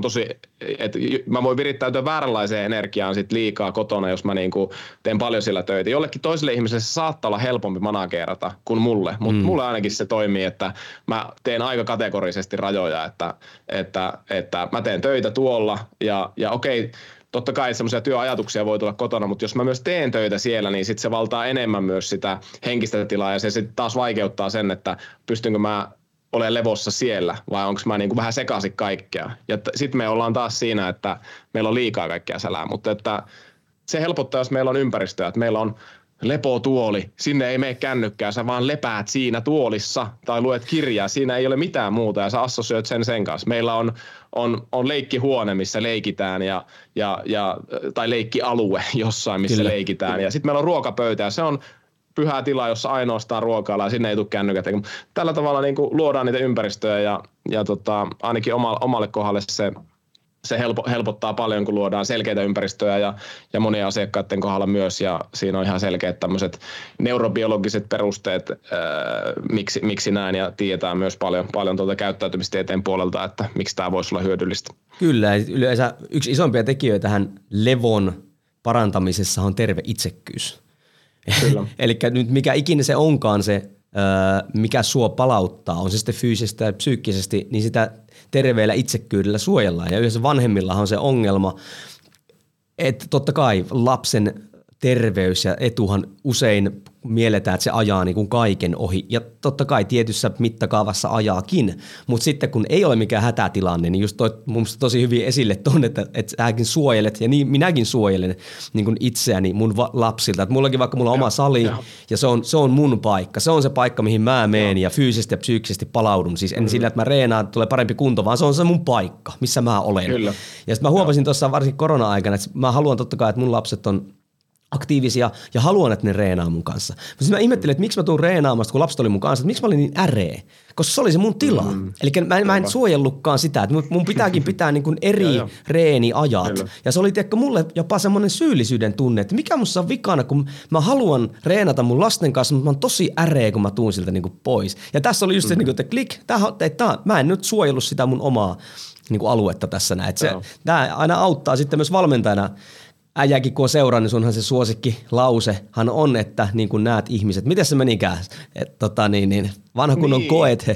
mä voin virittäytyä vääränlaiseen energiaan sit liikaa kotona, jos mä niinku teen paljon sillä töitä. Jollekin toiselle ihmiselle se saattaa olla helpompi manageerata kuin mulle, mutta mulle ainakin se toimii, että mä teen aika kategorisesti rajoja, että mä teen töitä tuolla ja okei, totta kai semmoisia työajatuksia voi tulla kotona, mutta jos mä myös teen töitä siellä, niin sitten se valtaa enemmän myös sitä henkistä tilaa ja se sitten taas vaikeuttaa sen, että pystynkö mä ole levossa siellä vai onko mä niinku vähän sekaisin kaikkea. Ja sitten me ollaan taas siinä, että meillä on liikaa kaikkea sälää, mutta että se helpottaa, jos meillä on ympäristöä, että meillä on lepotuoli, sinne ei mene kännykkää, sä vaan lepäät siinä tuolissa tai luet kirjaa, siinä ei ole mitään muuta ja sä assosioit sen kanssa. Meillä on leikkihuone, missä leikitään tai leikkialue jossain, missä Kyllä. leikitään ja sitten meillä on ruokapöytä ja se on pyhää tilaa, jossa ainoastaan ruokaillaan ja sinne ei tule kännykät. Tällä tavalla niin kuin luodaan niitä ympäristöjä ja ainakin omalle kohdalle se helpottaa paljon, kun luodaan selkeitä ympäristöjä ja monia asiakkaiden kohdalla myös, ja siinä on ihan selkeät tämmöiset neurobiologiset perusteet, miksi näin, ja tiedetään myös paljon tuolta käyttäytymistieteen puolelta, että miksi tämä voisi olla hyödyllistä. Kyllä, yleensä yksi isompia tekijöitä tähän levon parantamisessa on terve itsekkyys. Kyllä. Eli nyt mikä ikinä se onkaan se, mikä sua palauttaa, on se sitten fyysisesti tai psyykkisesti, niin sitä terveellä itsekkyydellä suojellaan. Ja yhdessä vanhemmillahan on se ongelma, että totta kai lapsen terveys ja etuhan usein mielletään, että se ajaa niin kuin kaiken ohi. Ja totta kai tietyssä mittakaavassa ajaakin, mutta sitten kun ei ole mikään hätätilanne, niin just toi mun mielestä tosi hyvin esille ton, että säkin suojelet ja niin minäkin suojelen niin kuin itseäni mun lapsilta. Että mullakin vaikka mulla on oma sali ja se on mun paikka. Se on se paikka, mihin mä meen ja fyysisesti ja psyykkisesti palaudun. Siis en sillä, että mä reenaan, tulee parempi kunto, vaan se on se mun paikka, missä mä olen. Kyllä. Ja sitten mä huomasin tuossa varsinkin korona-aikana, että mä haluan totta kai, että mun lapset on aktiivisia ja haluan, että ne reenaa mun kanssa. Mutta sitten mä ihmettelin, että miksi mä tuun reenaamasta, kun lapset oli mun kanssa, että miksi mä olin niin äreä, koska se oli se mun tila. Eli mä en suojellutkaan sitä, että mun pitääkin pitää niin kuin eri reeniajat. Kyllä. Ja se oli mulle jopa semmoinen syyllisyyden tunne, että mikä musta on vikana, kun mä haluan reenata mun lasten kanssa, mutta mä oon tosi äreä, kun mä tuun siltä niin kuin pois. Ja tässä oli just se, että klik, mä en nyt suojellut sitä mun omaa niin kuin aluetta tässä näin. Tämä aina auttaa sitten myös valmentajana. Äijäkin kun on seurannut, niin sunhan se suosikki lausehan on, että niin kuin näet ihmiset. Miten se menikään? Vanha kun on koethe.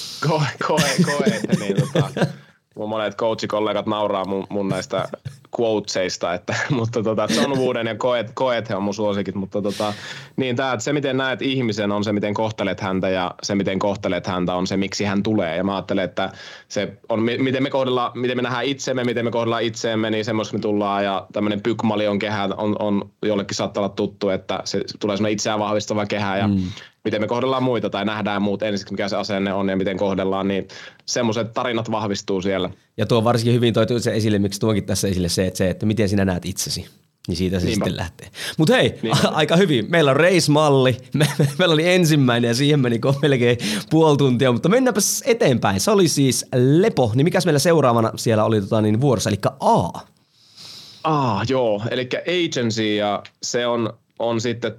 Koethe, niin mun monet coachikollegat nauraa mun näistä quoteseista, mutta John Wooden ja koethe on mun suosikit, mutta niin että se miten näet ihmisen on se miten kohtelet häntä ja se miten kohtelet häntä on se miksi hän tulee ja mä ajattelen, että se on miten me nähdään itsemme, miten me kohdellaan itseemme, niin semmoista me tullaan ja tämmöinen Pygmalion kehä on jollekin saattaa olla tuttu, että se tulee semmoinen itseään vahvistava kehä ja miten me kohdellaan muita tai nähdään muut ensiksi, mikä se asenne on ja miten kohdellaan, niin semmoiset tarinat vahvistuu siellä. Ja tuo varsinkin hyvin toi se esille, miksi tuonkin tässä esille se, että miten sinä näet itsesi. Niin siitä se sitten lähtee. Mutta hei, aika hyvin. Meillä on race-malli. Meillä oli ensimmäinen ja siihen meni melkein puoli tuntia, mutta mennäänpäs eteenpäin. Se oli siis lepo. Niin mikäs meillä seuraavana siellä oli vuorossa, eli A. Joo. Eli agency ja se on sitten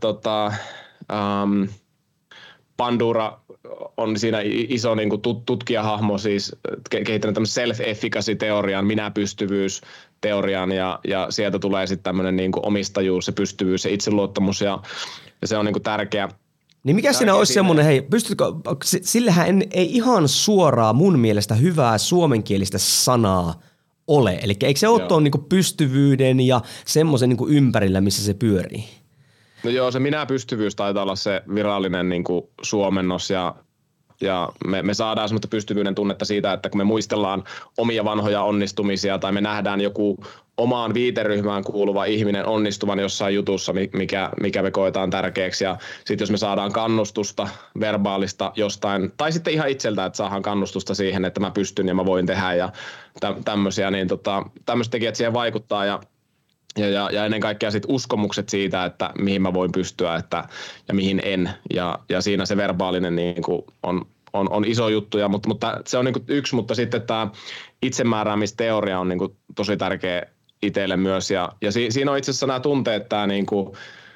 Pandura on siinä iso niin kuin tutkijahahmo, siis kehittänyt tämmöisen self-efficacy-teorian, minäpystyvyys-teorian, ja sieltä tulee sitten tämmöinen niin kuin omistajuus, se pystyvyys, se itseluottamus, ja se on niin kuin tärkeä. Niin mikä siinä olisi semmoinen, hei, pystytkö, sillähän ei ihan suoraan mun mielestä hyvää suomenkielistä sanaa ole, eli eikö se ole tuon niin kuin pystyvyyden ja semmoisen niin kuin ympärillä, missä se pyörii? No joo, se minäpystyvyys taitaa olla se virallinen niin kuin suomennos ja me saadaan semmoista pystyvyyden tunnetta siitä, että kun me muistellaan omia vanhoja onnistumisia tai me nähdään joku omaan viiteryhmään kuuluva ihminen onnistuvan jossain jutussa, mikä me koetaan tärkeäksi ja sitten jos me saadaan kannustusta verbaalista jostain tai sitten ihan itseltä, että saadaan kannustusta siihen, että mä pystyn ja mä voin tehdä ja tämmöisiä, niin tämmöiset tekijät siihen vaikuttaa ja ennen kaikkea sit uskomukset siitä, että mihin mä voin pystyä ja mihin en. Ja siinä se verbaalinen niin kuin on iso juttu, mutta se on niin kuin yksi, mutta sitten tämä itsemääräämisteoria on niin kuin tosi tärkeä itselle myös. Ja siinä on itse asiassa nämä tunteet, tämä niin kuin,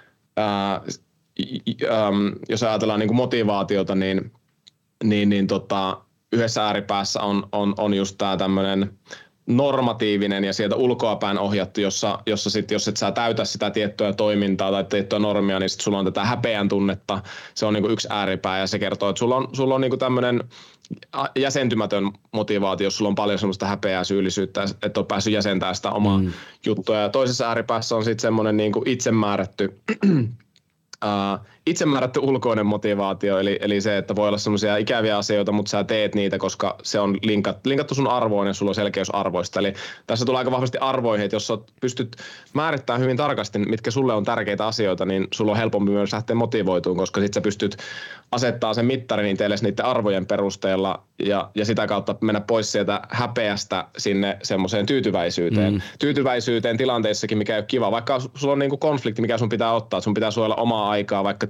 jos ajatellaan niin kuin motivaatiota, niin yhdessä ääripäässä on just tämä tämmöinen normatiivinen ja sieltä ulkoapäin ohjattu, jossa sit, jos et sä täytä sitä tiettyä toimintaa tai tiettyä normia, niin sit sulla on tätä häpeän tunnetta. Se on niinku yksi ääripää ja se kertoo, että sulla on niinku tämmöinen jäsentymätön motivaatio, jos sulla on paljon semmoista häpeää, syyllisyyttä, että on päässyt jäsentämään sitä omaa juttua. Ja toisessa ääripäässä on sitten semmoinen niinku itsemäärätty ulkoinen motivaatio, eli se, että voi olla semmoisia ikäviä asioita, mutta sä teet niitä, koska se on linkattu sun arvoon ja sulla on selkeys arvoista. Eli tässä tulee aika vahvasti arvoihin, että jos sä pystyt määrittämään hyvin tarkasti, mitkä sulle on tärkeitä asioita, niin sulla on helpompi myös lähteä motivoitumaan, koska sit sä pystyt asettaa sen mittarin itsellesi niiden arvojen perusteella ja sitä kautta mennä pois sieltä häpeästä sinne semmoiseen tyytyväisyyteen. Tyytyväisyyteen tilanteissakin, mikä ei ole kiva. Vaikka sulla on niinku konflikti, mikä sun pitää ottaa, sun pitää suojella omaa aikaa vaikka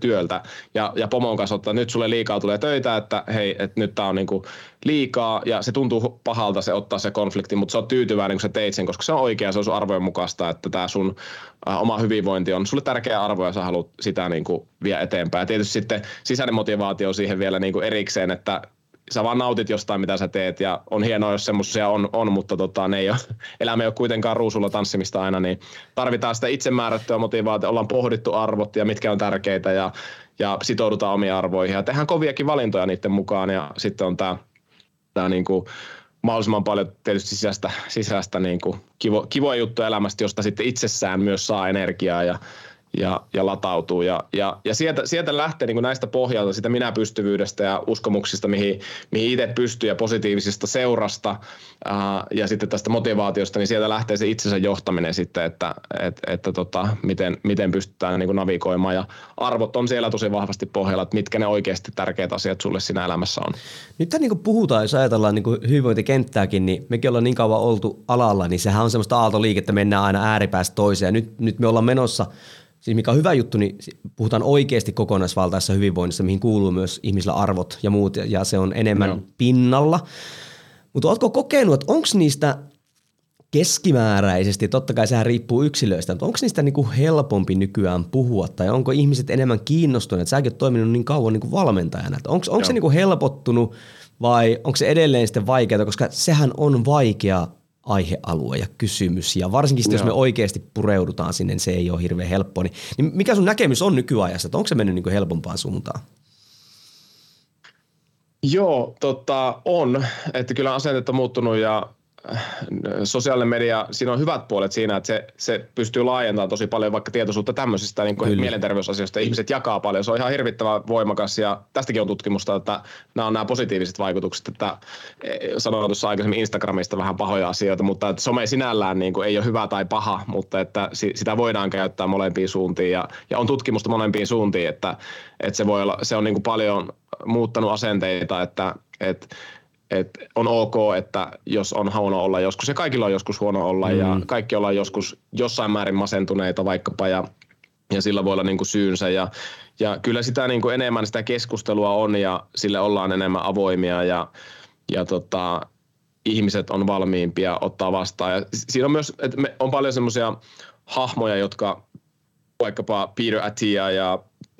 työltä ja pomon kanssa ottaa, että nyt sulle liikaa tulee töitä, että hei, että nyt tää on niinku liikaa ja se tuntuu pahalta se ottaa se konflikti, mutta sä oot tyytyväinen, kun sä teit sen, koska se on oikea, se on sun arvojen mukaista, että tää sun oma hyvinvointi on sulle tärkeä arvo ja sä haluat sitä niinku vie eteenpäin. Ja tietysti sitten sisäinen motivaatio siihen vielä niinku erikseen, että sä vaan nautit jostain, mitä sä teet, ja on hienoa, jos semmoisia on mutta ne ei ole, elämä ei ole kuitenkaan ruusulla tanssimista aina, niin tarvitaan sitä itsemäärättyä motivaatiota, ollaan pohdittu arvot ja mitkä on tärkeitä, ja sitoudutaan omiin arvoihin, ja tehdään koviakin valintoja niiden mukaan, ja sitten on tää niinku mahdollisimman paljon tietysti sisäistä niinku kivoja juttuja elämästä, josta sitten itsessään myös saa energiaa, ja latautuu. Ja sieltä lähtee niin kuin näistä pohjalta sitä minäpystyvyydestä ja uskomuksista, mihin itse pystyy ja positiivisesta seurasta ja sitten tästä motivaatiosta, niin sieltä lähtee se itsensä johtaminen sitten, että miten pystytään niin kuin navigoimaan. Ja arvot on siellä tosi vahvasti pohjalla, että mitkä ne oikeasti tärkeät asiat sulle siinä elämässä on. Nyt niin kuin puhutaan, jos ajatellaan niin kuin hyvinvointikenttääkin, niin mekin ollaan niin kauan oltu alalla, niin sehän on semmoista aaltoliikettä, mennään aina ääripäästä toiseen. Ja nyt me ollaan menossa. Siis mikä on hyvä juttu, niin puhutaan oikeasti kokonaisvaltaisessa hyvinvoinnissa, mihin kuuluu myös ihmisillä arvot ja muut, ja se on enemmän pinnalla. Mutta ootko kokenut, että onko niistä keskimääräisesti, totta kai sehän riippuu yksilöistä, mutta onko niistä niinku helpompi nykyään puhua, tai onko ihmiset enemmän kiinnostuneet? Säkin oot toiminut niin kauan niinku valmentajana, että onko se niinku helpottunut vai onko se edelleen sitten vaikeaa, koska sehän on vaikea aihealue ja kysymys, ja varsinkin sitten, jos me oikeasti pureudutaan sinne, niin se ei ole hirveän helppoa. Niin mikä sun näkemys on nykyajassa, että onko se mennyt niin kuin helpompaan suuntaan? Joo, on. Että kyllä asenteet on muuttunut ja sosiaalinen media, siinä on hyvät puolet siinä, että se pystyy laajentamaan tosi paljon vaikka tietoisuutta tämmöisistä niin kuin mielenterveysasioista. Ihmiset jakaa paljon. Se on ihan hirvittävän voimakas ja tästäkin on tutkimusta, että nämä positiiviset vaikutukset. Että sanoin tuossa aikaisemmin Instagramista vähän pahoja asioita, mutta että some sinällään niin kuin ei ole hyvä tai paha, mutta että sitä voidaan käyttää molempiin suuntiin ja on tutkimusta molempiin suuntiin, että se voi olla, se on niin kuin paljon muuttanut asenteita, että on ok, että jos on huono olla joskus, ja kaikilla on joskus huono olla, ja kaikki ollaan joskus jossain määrin masentuneita vaikkapa, ja sillä voi olla niin kuin syynsä, ja kyllä sitä niin kuin enemmän sitä keskustelua on, ja sille ollaan enemmän avoimia, ja ihmiset on valmiimpia ottaa vastaan, ja siinä on myös, että on paljon semmoisia hahmoja, jotka vaikkapa Peter Attia ja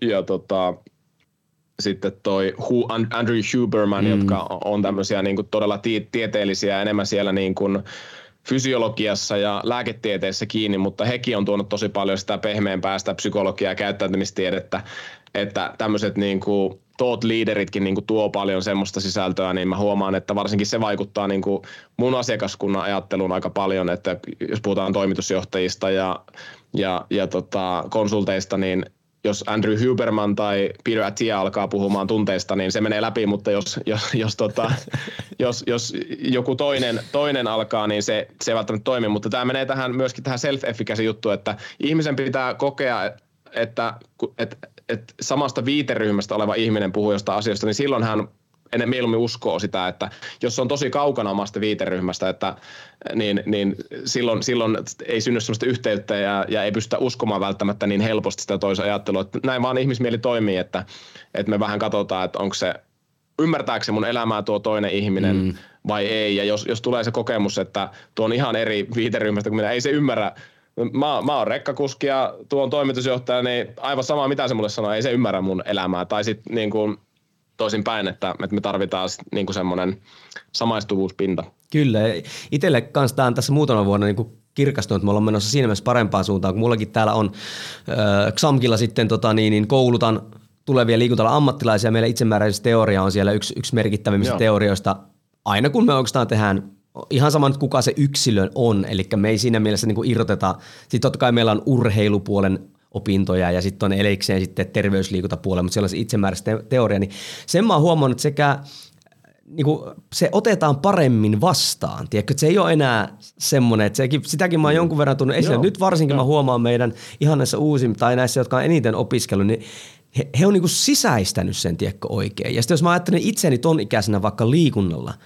sitten toi Andrew Huberman, jotka on tämmöisiä niin kuin todella tieteellisiä, enemmän siellä niin kuin fysiologiassa ja lääketieteessä kiinni, mutta hekin on tuonut tosi paljon sitä pehmeämpää sitä psykologiaa ja käyttäytymistiedettä, että tämmöiset niin kuin thought leaderitkin niin kuin tuo paljon semmoista sisältöä, niin mä huomaan, että varsinkin se vaikuttaa niin kuin mun asiakaskunnan ajatteluun aika paljon, että jos puhutaan toimitusjohtajista ja konsulteista, niin jos Andrew Huberman tai Peter Attia alkaa puhumaan tunteista, niin se menee läpi, mutta jos joku toinen alkaa, niin se ei välttämättä toimi. Mutta tämä menee myöskin tähän self-efficacy juttuun, että ihmisen pitää kokea, että samasta viiteryhmästä oleva ihminen puhuu jostain asioista, niin silloin hän mieluummin uskoo sitä, että jos on tosi kaukana omasta viiteryhmästä, niin silloin ei synny sellaista yhteyttä ja ei pystytä uskomaan välttämättä niin helposti sitä toisen ajattelua. Että näin vaan ihmismieli toimii, että me vähän katsotaan, että onko se, ymmärtääkö se mun elämää tuo toinen ihminen vai ei. Ja jos tulee se kokemus, että tuo on ihan eri viiteryhmästä kuin minä, ei se ymmärrä. Mä oon rekkakuski ja tuo on toimitusjohtaja, niin aivan sama mitä se mulle sanoo, ei se ymmärrä mun elämää. Tai sitten niin kuin toisin päin, että me tarvitaan niinku semmoinen samaistuvuuspinta. Kyllä. Itselle kanssa tämä on tässä muutama vuonna niinku kirkastunut, että me ollaan menossa siinä mielessä parempaan suuntaan, kun mullakin täällä on XAMKilla sitten koulutan tulevia liikuntala ammattilaisia. Meillä itsemääräisyysteoria on siellä yksi merkittävimmistä teorioista. Aina kun me oikeastaan tehdään ihan sama nyt kuka se yksilö on, eli me ei siinä mielessä niinku irroteta. Sitten totta kai meillä on urheilupuolen opintoja ja sitten on erikseen sitten terveysliikuntapuolella, mutta sellaisen itsemääräistä teoria, niin sen mä oon huomannut, että sekä niinku, se otetaan paremmin vastaan. Tiedätkö, että se ei ole enää semmoinen, että sitäkin mä oon jonkun verran tullut esille. Nyt varsinkin mä huomaan meidän ihan näissä tai näissä, jotka on eniten opiskellut, niin he on niinku sisäistänyt sen, tiedätkö, oikein. Ja sitten jos mä ajattelen itseni ton ikäisenä vaikka liikunnalla,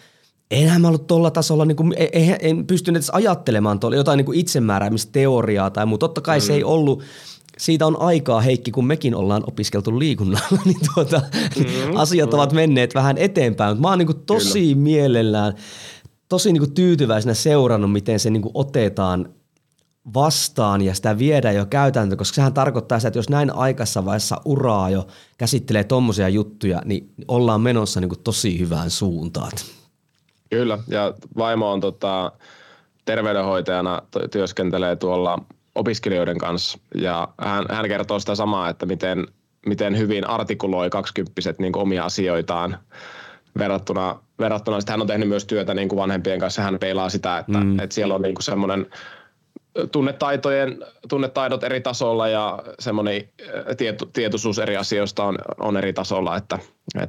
Enhän mä ollut tuolla tasolla, niin kuin, en pystynyt edes ajattelemaan tuolla jotain niin kuin itsemääräämisteoriaa tai muuta. Totta kai se ei ollut, siitä on aikaa Heikki, kun mekin ollaan opiskeltu liikunnalla, niin asiat ovat menneet vähän eteenpäin. Mutta mä oon niin kuin tosi mielellään, tosi niin kuin tyytyväisenä seurannut, miten se niin kuin otetaan vastaan ja sitä viedään jo käytäntöön, koska sehän tarkoittaa sitä, että jos näin aikaisessa vaiheessa uraa jo käsittelee tommosia juttuja, niin ollaan menossa niin kuin tosi hyvään suuntaan. Kyllä, ja vaimo on terveydenhoitajana, työskentelee tuolla opiskelijoiden kanssa, ja hän kertoo sitä samaa, että miten hyvin artikuloi 20-vuotiaat niin kuin omia asioitaan verrattuna sitten hän on tehnyt myös työtä niin kuin vanhempien kanssa, hän peilaa sitä, että siellä on niin kuin semmoinen tunnetaidot eri tasolla ja semmoinen tietoisuus eri asioista on eri tasolla, että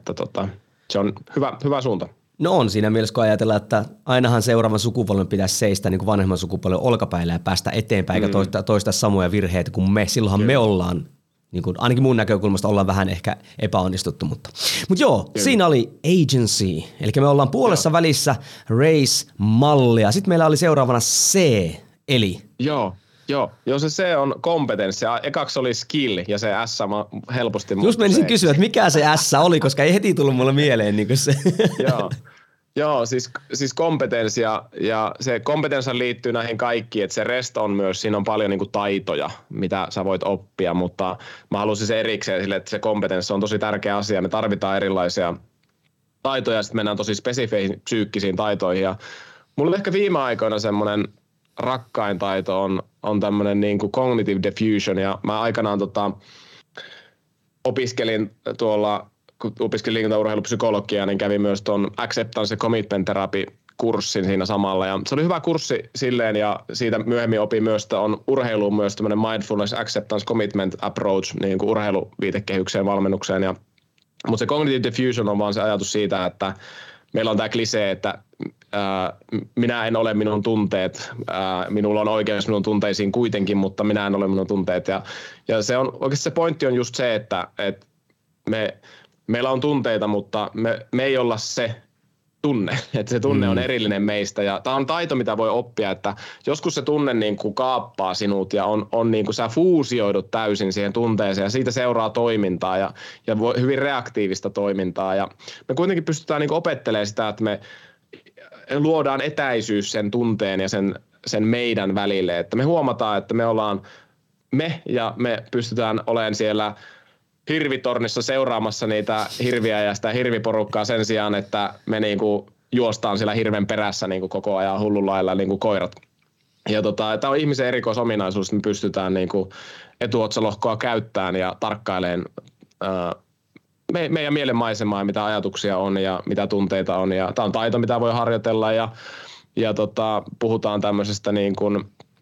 se on hyvä suunta. No on siinä mielessä, kun ajatellaan, että ainahan seuraavan sukupolven pitäisi seistä niin kuin vanhemman sukupolven olkapäillä ja päästä eteenpäin eikä toistaa samoja virheitä kuin me. Silloinhan me ollaan, niin kuin, ainakin mun näkökulmasta ollaan vähän ehkä epäonnistuttu. Mutta joo, siinä oli agency, eli me ollaan puolessa välissä race-mallia. Sitten meillä oli seuraavana C, eli... Joo, se C on kompetenssi. Ekaksi oli skill ja se S helposti muuttui. Just menisin kysyä, että mikä se S oli, koska ei heti tullut mulle mieleen niin kuin se. Joo, siis kompetenssi ja se kompetenssi liittyy näihin kaikkiin, että se rest on myös, siinä on paljon niin kuin taitoja, mitä sä voit oppia, mutta mä halusin se erikseen sille, että se kompetenssi on tosi tärkeä asia. Me tarvitaan erilaisia taitoja ja sitten mennään tosi spesifeihin psyykkisiin taitoihin ja mulla ehkä viime aikoina semmoinen rakkain taito on tämmöinen niin kuin cognitive diffusion ja mä aikanaan opiskelin liikuntaurheilupsykologiaa, niin kävin myös tuon acceptance ja commitment therapy kurssin siinä samalla ja se oli hyvä kurssi silleen ja siitä myöhemmin opin myös, että on urheiluun myös tämmöinen mindfulness acceptance commitment approach niin kuin urheiluviitekehykseen valmennukseen mutta se cognitive diffusion on vaan se ajatus siitä, että meillä on tämä klisee, että minä en ole minun tunteet, minulla on oikeus minun tunteisiin kuitenkin, mutta minä en ole minun tunteet. Ja se on oikeasti se pointti on just se, että meillä on tunteita, mutta me ei olla se tunne, että se tunne on erillinen meistä ja tämä on taito, mitä voi oppia, että joskus se tunne niin kuin kaappaa sinut ja on niin kuin sä fuusioidut täysin siihen tunteeseen ja siitä seuraa toimintaa ja hyvin reaktiivista toimintaa ja me kuitenkin pystytään niin kuin opettelemaan sitä, että me luodaan etäisyys sen tunteen ja sen meidän välille, että me huomataan, että me ollaan me ja me pystytään olemaan siellä hirvitornissa seuraamassa niitä hirviä ja sitä hirviporukkaa sen sijaan, että me niinku juostaan siellä hirven perässä niinku koko ajan hullun lailla niinku koirat. Ja tämä on ihmisen erikoisominaisuus, että me pystytään niinku etuotsalohkoa käyttämään ja tarkkailemaan meidän mielenmaisemaa, mitä ajatuksia on ja mitä tunteita on. Ja tämä on taito, mitä voi harjoitella ja puhutaan tämmöisestä niin kuin,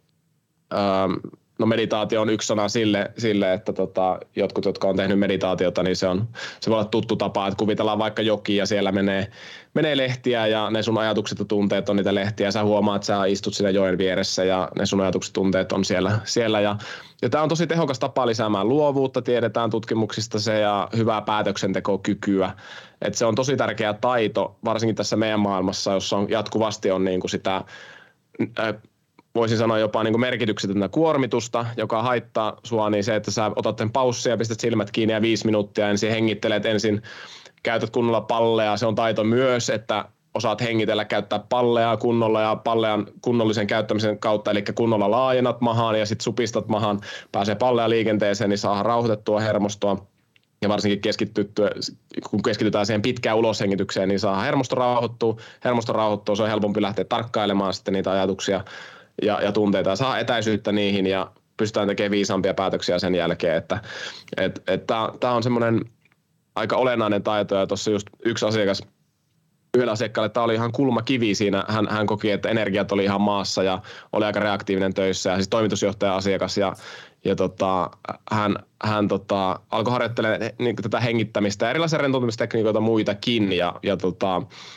no meditaatio on yksi sana sille että jotkut, jotka on tehnyt meditaatiota, niin se voi olla tuttu tapa, että kuvitellaan vaikka joki ja siellä menee lehtiä ja ne sun ajatukset ja tunteet on niitä lehtiä ja sä huomaat, että sä istut siinä joen vieressä ja ne sun ajatukset ja tunteet on siellä ja tämä on tosi tehokas tapa lisäämään luovuutta, tiedetään tutkimuksista se ja hyvää päätöksentekokykyä, että se on tosi tärkeä taito, varsinkin tässä meidän maailmassa, jossa jatkuvasti on niin kuin sitä voisin sanoa jopa niin kuin merkityksetöntä kuormitusta, joka haittaa sua, niin se, että sä otat sen paussin ja pistät silmät kiinni ja 5 minuuttia ensin hengittelet, ensin käytät kunnolla pallea. Se on taito myös, että osaat hengitellä, käyttää pallea kunnolla ja pallean kunnollisen käyttämisen kautta, eli kunnolla laajennat mahaan ja sitten supistat mahaan, pääsee pallea liikenteeseen, niin saa rauhoitettua hermostoa. Ja varsinkin kun keskitytään siihen pitkään uloshengitykseen, niin saa hermosto rauhoittua, se on helpompi lähteä tarkkailemaan sitten niitä ajatuksia ja tunteita ja saa etäisyyttä niihin ja pystytään tekemään viisaampia päätöksiä sen jälkeen, että tämä on semmoinen aika olennainen taito ja tuossa just yhdellä asiakkaalle tämä oli ihan kulmakivi siinä, hän koki, että energiat oli ihan maassa ja oli aika reaktiivinen töissä ja siis toimitusjohtaja-asiakas ja hän alkoi harjoittelemaan niin tätä hengittämistä ja erilaisia rentoutumistekniikoita muitakin ja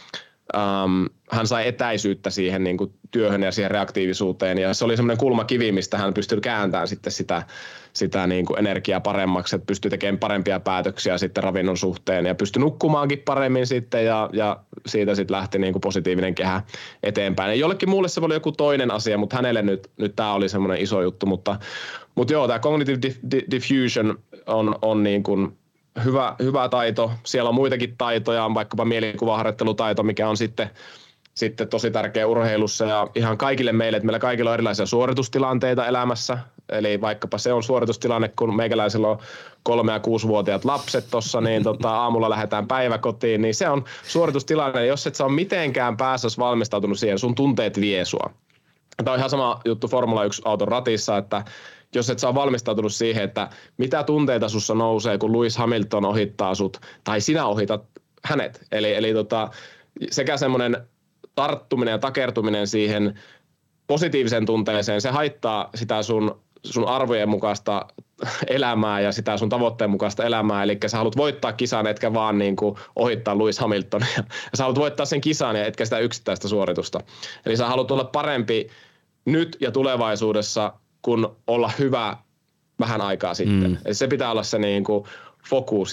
hän sai etäisyyttä siihen niin kuin työhön ja siihen reaktiivisuuteen, ja se oli semmoinen kulmakivi, mistä hän pystyi kääntämään sitten sitä niin kuin energiaa paremmaksi, että pystyi tekemään parempia päätöksiä sitten ravinnon suhteen ja pystyi nukkumaankin paremmin sitten, ja siitä sitten lähti niin kuin positiivinen kehä eteenpäin. Ja jollekin muulle se oli joku toinen asia, mutta hänelle nyt tämä oli semmoinen iso juttu, mutta joo, tämä cognitive diffusion on niin kuin hyvä taito. Siellä on muitakin taitoja, vaikkapa mielikuvaharjoittelutaito, mikä on sitten tosi tärkeä urheilussa ja ihan kaikille meille, että meillä kaikilla on erilaisia suoritustilanteita elämässä. Eli vaikkapa se on suoritustilanne, kun meikäläisellä on 3- ja 6-vuotiaat lapset tuossa, niin aamulla lähdetään päiväkotiin, niin se on suoritustilanne. Jos et sä ole mitenkään päässäsi valmistautunut siihen, sun tunteet vie sua. Tämä on ihan sama juttu Formula 1-auton ratissa, että jos et sä ole valmistautunut siihen, että mitä tunteita sussa nousee, kun Lewis Hamilton ohittaa sut, tai sinä ohitat hänet. Eli sekä semmoinen tarttuminen ja takertuminen siihen positiiviseen tunteeseen, se haittaa sitä sun arvojen mukaista elämää ja sitä sun tavoitteen mukaista elämää. Eli sä haluat voittaa kisan, etkä vaan niin kuin ohittaa Lewis Hamiltonia. Ja sä haluat voittaa sen kisan, ja etkä sitä yksittäistä suoritusta. Eli sä haluat olla parempi nyt ja tulevaisuudessa, kun olla hyvä vähän aikaa sitten. Eli se pitää olla se niin kuin fokus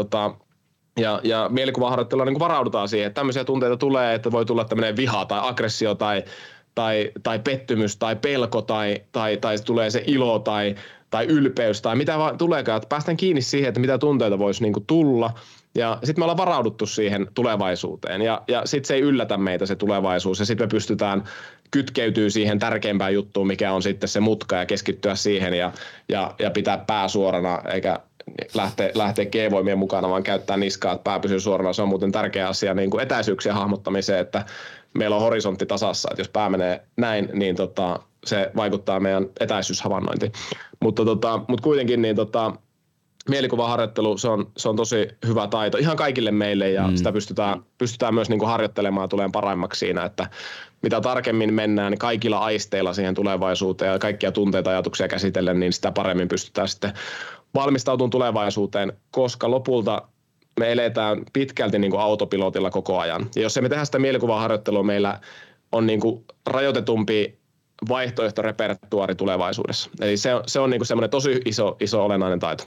ja mielikuvaharjoittelulla niin kuin varaudutaan siihen, että tämmöisiä tunteita tulee, että voi tulla tämmöinen viha tai aggressio tai pettymys tai pelko tai tulee se ilo tai ylpeys tai mitä vaan tuleekaan, että päästään kiinni siihen, että mitä tunteita voisi niin kuin tulla. Ja sitten me ollaan varauduttu siihen tulevaisuuteen ja sitten se ei yllätä meitä se tulevaisuus ja sitten me pystytään kytkeytyy siihen tärkeimpään juttuun, mikä on sitten se mutka ja keskittyä siihen ja pitää pää suorana eikä lähteä G-voimien mukana, vaan käyttää niskaa, että pää pysyy suorana. Se on muuten tärkeä asia niin kuin etäisyyksien hahmottamiseen, että meillä on horisontti tasassa, että jos pää menee näin, niin se vaikuttaa meidän etäisyyshavainnointiin. Mutta kuitenkin niin mielikuvaharjoittelu, se on tosi hyvä taito ihan kaikille meille ja sitä pystytään myös niin kuin harjoittelemaan tulemaan paremmaksi siinä, että mitä tarkemmin mennään niin kaikilla aisteilla siihen tulevaisuuteen ja kaikkia tunteita ja ajatuksia käsitellen, niin sitä paremmin pystytään sitten valmistautumaan tulevaisuuteen, koska lopulta me eletään pitkälti niin kuin autopilotilla koko ajan. Ja jos emme tehdä sitä mielikuvaharjoittelua, meillä on niin kuin rajoitetumpi vaihtoehtorepertuaari tulevaisuudessa. Eli se on niin kuin semmoinen tosi iso olennainen taito.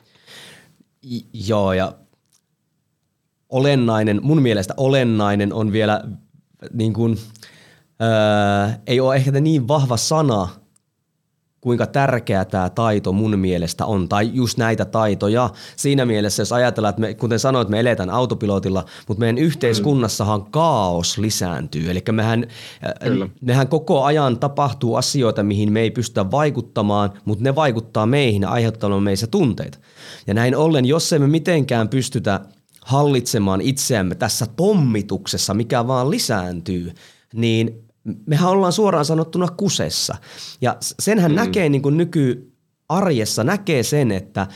Joo, ja mun mielestä olennainen on vielä niin kuin, ei ole ehkä niin vahva sana, kuinka tärkeä tämä taito mun mielestä on, tai just näitä taitoja. Siinä mielessä, jos ajatellaan, että kuten sanoit, me eletään autopilotilla, mutta meidän yhteiskunnassahan kaos lisääntyy. Eli mehän koko ajan tapahtuu asioita, mihin me ei pystytä vaikuttamaan, mutta ne vaikuttaa meihin ja aiheuttamaan meissä tunteita. Ja näin ollen, jos emme mitenkään pystytä hallitsemaan itseämme tässä pommituksessa, mikä vaan lisääntyy, niin mehän ollaan suoraan sanottuna kusessa. Ja senhän näkee niin kuin nykyarjessa, näkee sen, että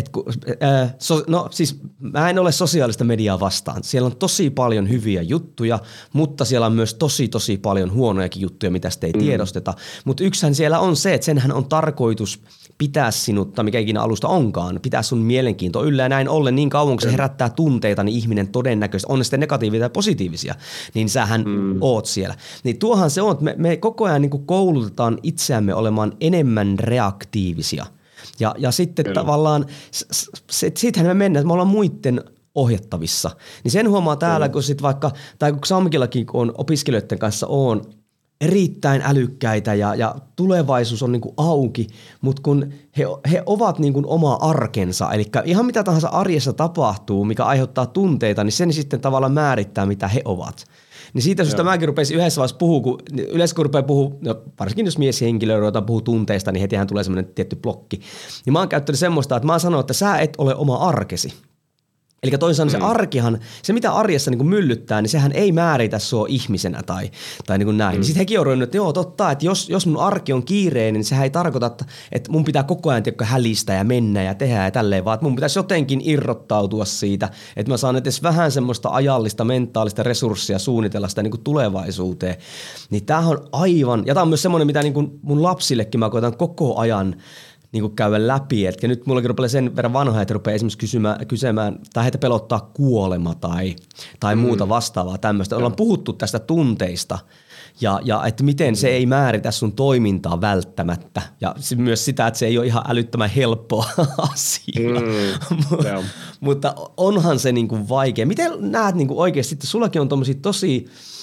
siis mä en ole sosiaalista mediaa vastaan. Siellä on tosi paljon hyviä juttuja, mutta siellä on myös tosi paljon huonojakin juttuja, mitä sitten ei tiedosteta. Mutta yksihän siellä on se, että senhän on tarkoitus pitää sinut, tai mikä ikinä alusta onkaan, pitää sun mielenkiintoa yllä ja näin ollen niin kauan, kun se herättää tunteita, niin ihminen todennäköisesti, on ne sitten negatiivisia tai positiivisia, niin sähän oot siellä. Niin tuohan se on, että me koko ajan niin kuin koulutetaan itseämme olemaan enemmän reaktiivisia. Ja sitten tavallaan, siitähän me mennään, että me ollaan muiden ohjattavissa. Niin sen huomaa täällä, kun sitten vaikka, tai kun Xamkillakin, kun on opiskelijoiden kanssa on erittäin älykkäitä ja tulevaisuus on niinku auki, mutta kun he ovat niinku oma arkensa, eli ihan mitä tahansa arjessa tapahtuu, mikä aiheuttaa tunteita, niin sen sitten tavallaan määrittää, mitä he ovat. Niin siitä syystä mäkin rupesin yhdessä vaiheessa puhua, kun yleensä kun rupeaa puhua, no varsinkin jos mieshenkilö ruvetaan puhua tunteista, niin hetihän tulee semmoinen tietty blokki. Niin mä oon käyttänyt semmoista, että mä oon sanonut, että sä et ole oma arkesi. Eli toisaalta se arkihan, se mitä arjessa niin kuin myllyttää, niin sehän ei määritä sua ihmisenä tai niin kuin näin. Sitten hekin on ruvennut, että joo totta, että jos mun arki on kiireinen, niin sehän ei tarkoita, että mun pitää koko ajan hälistä ja mennä ja tehdä ja tälleen, vaan että mun pitäisi jotenkin irrottautua siitä, että mä saan edes vähän semmoista ajallista, mentaalista resurssia suunnitella sitä niin kuin tulevaisuuteen. Niin tämähän on aivan, ja tämä on myös semmoinen, mitä niin kuin mun lapsillekin mä koitan koko ajan niin kuin käydä läpi. Et nyt mullakin rupeaa sen verran vanhaa, että rupeaa esimerkiksi kysymään, tai heitä pelottaa kuolema tai muuta vastaavaa tämmöistä. Ollaan puhuttu tästä tunteista ja että miten se ei määritä sun toimintaa välttämättä. Ja myös sitä, että se ei ole ihan älyttömän helppoa asia. Mutta onhan se niin kuin vaikea. Miten näet niin kuin oikeasti, että sullakin on tommosia tosi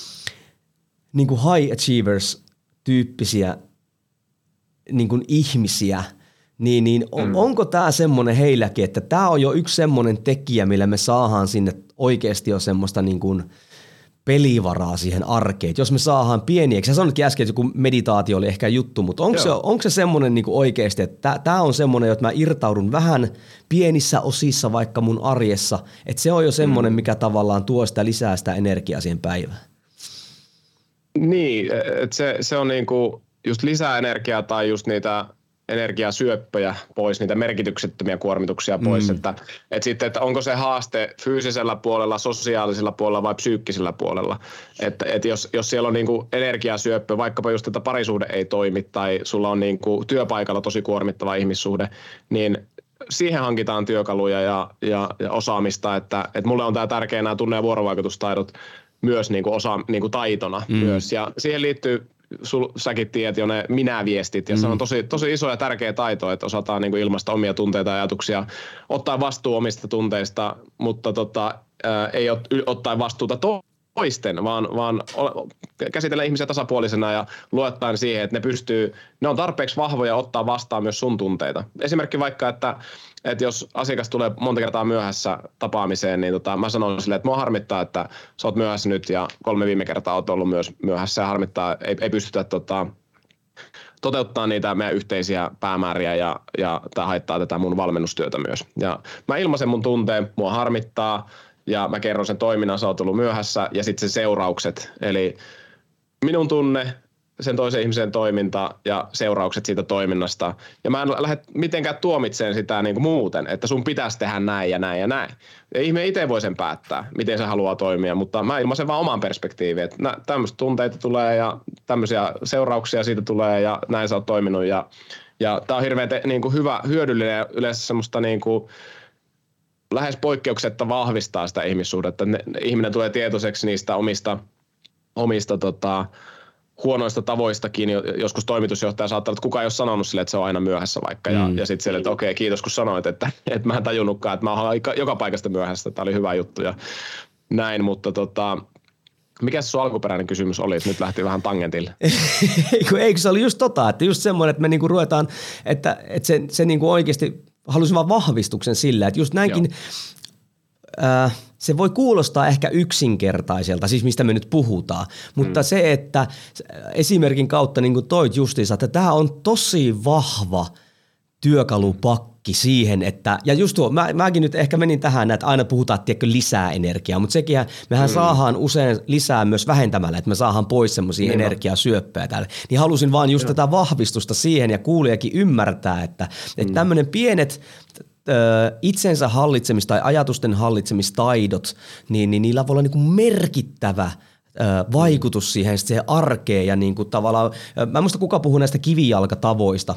niin kuin high achievers-tyyppisiä niin kuin ihmisiä, niin onko tämä semmoinen heilläkin, että tämä on jo yksi semmoinen tekijä, millä me saadaan sinne oikeasti jo semmoista niin kuin pelivaraa siihen arkeen. Et jos me saadaan pieniä, sä sanotkin äsken, että joku meditaatio oli ehkä juttu, mutta onko se semmoinen niin kuin oikeasti, että tämä on semmoinen, että mä irtaudun vähän pienissä osissa vaikka mun arjessa, että se on jo semmoinen, mikä tavallaan tuo sitä lisää sitä energiaa siihen päivään. Niin, että se on niinku just lisää energiaa tai just niitä energiasyöppöjä pois, niitä merkityksettömiä kuormituksia pois, että sitten, että onko se haaste fyysisellä puolella, sosiaalisella puolella vai psyykkisellä puolella, että jos siellä on niinku energiasyöppö, vaikkapa just, että parisuhde ei toimi tai sulla on niinku työpaikalla tosi kuormittava ihmissuhde, niin siihen hankitaan työkaluja ja osaamista, että mulle on tämä tärkeä nämä tunne- ja vuorovaikutustaidot myös niinku taitona myös, ja siihen liittyy säkin tiedät jo ne minä-viestit, ja se on tosi iso ja tärkeä taito, että osataan niinku ilmaista omia tunteita ja ajatuksia, ottaa vastuu omista tunteista, mutta ei ottaa vastuuta toisten, vaan käsitellä ihmisiä tasapuolisena ja luottaen siihen, että ne on tarpeeksi vahvoja ottaa vastaan myös sun tunteita. Esimerkki vaikka, että jos asiakas tulee monta kertaa myöhässä tapaamiseen, niin mä sanon silleen, että mua harmittaa, että sä oot myöhässä nyt ja 3 viime kertaa oot ollut myös myöhässä ja harmittaa, ei pystytä toteuttaa niitä meidän yhteisiä päämääriä ja tämä haittaa tätä mun valmennustyötä myös. Ja mä ilmaisen mun tunteen, mua harmittaa ja mä kerron sen toiminnan, sä oot ollut myöhässä ja sitten se seuraukset, eli minun tunne, sen toisen ihmisen toiminta ja seuraukset siitä toiminnasta. Ja mä en lähde mitenkään tuomitseen sitä niin kuin muuten, että sun pitäisi tehdä näin ja näin ja näin. Ja ihminen itse voi sen päättää, miten se haluaa toimia, mutta mä ilmaisen vaan oman perspektiivin, että tämmöistä tunteita tulee ja tämmöisiä seurauksia siitä tulee ja näin sä oot toiminut. Ja tää on hirveän niin kuin hyvä, hyödyllinen ja yleensä semmoista niin kuin lähes poikkeuksetta vahvistaa sitä ihmissuhdetta. Ihminen tulee tietoiseksi niistä omista huonoista tavoistakin. Joskus toimitusjohtaja saattaa, että kukaan ei ole sanonut sille, että se on aina myöhässä vaikka. Ja sitten sille, että okei, kiitos kun sanoit, että mä en tajunnutkaan, että mä oon joka paikasta myöhässä. Tämä oli hyvä juttu ja näin, mutta mikä se sun alkuperäinen kysymys oli? Nyt lähti vähän tangentille. Eikö se oli just että just semmoinen, että me niinku ruvetaan, että se niinku oikeasti halusin vaan vahvistuksen sillä, että just näinkin se voi kuulostaa ehkä yksinkertaiselta, siis mistä me nyt puhutaan, mutta se, että esimerkin kautta niin kuin toit justiinsa, että tämä on tosi vahva työkalupakki siihen, että, ja just tuo, mäkin nyt ehkä menin tähän, että aina puhutaan, tiedätkö, lisää energiaa, mutta sekin mehän saadaan usein lisää myös vähentämällä, että me saadaan pois semmoisia energiasyöppöjä täällä, niin halusin vaan just tätä vahvistusta siihen ja kuulijakin ymmärtää, että tämmöinen pienet itsensä hallitsemis- tai ajatusten hallitsemistaidot, niin niillä voi olla niin kuin merkittävä vaikutus siihen arkeen ja niin kuin tavallaan, mä en muista kuka puhuu näistä kivijalkatavoista,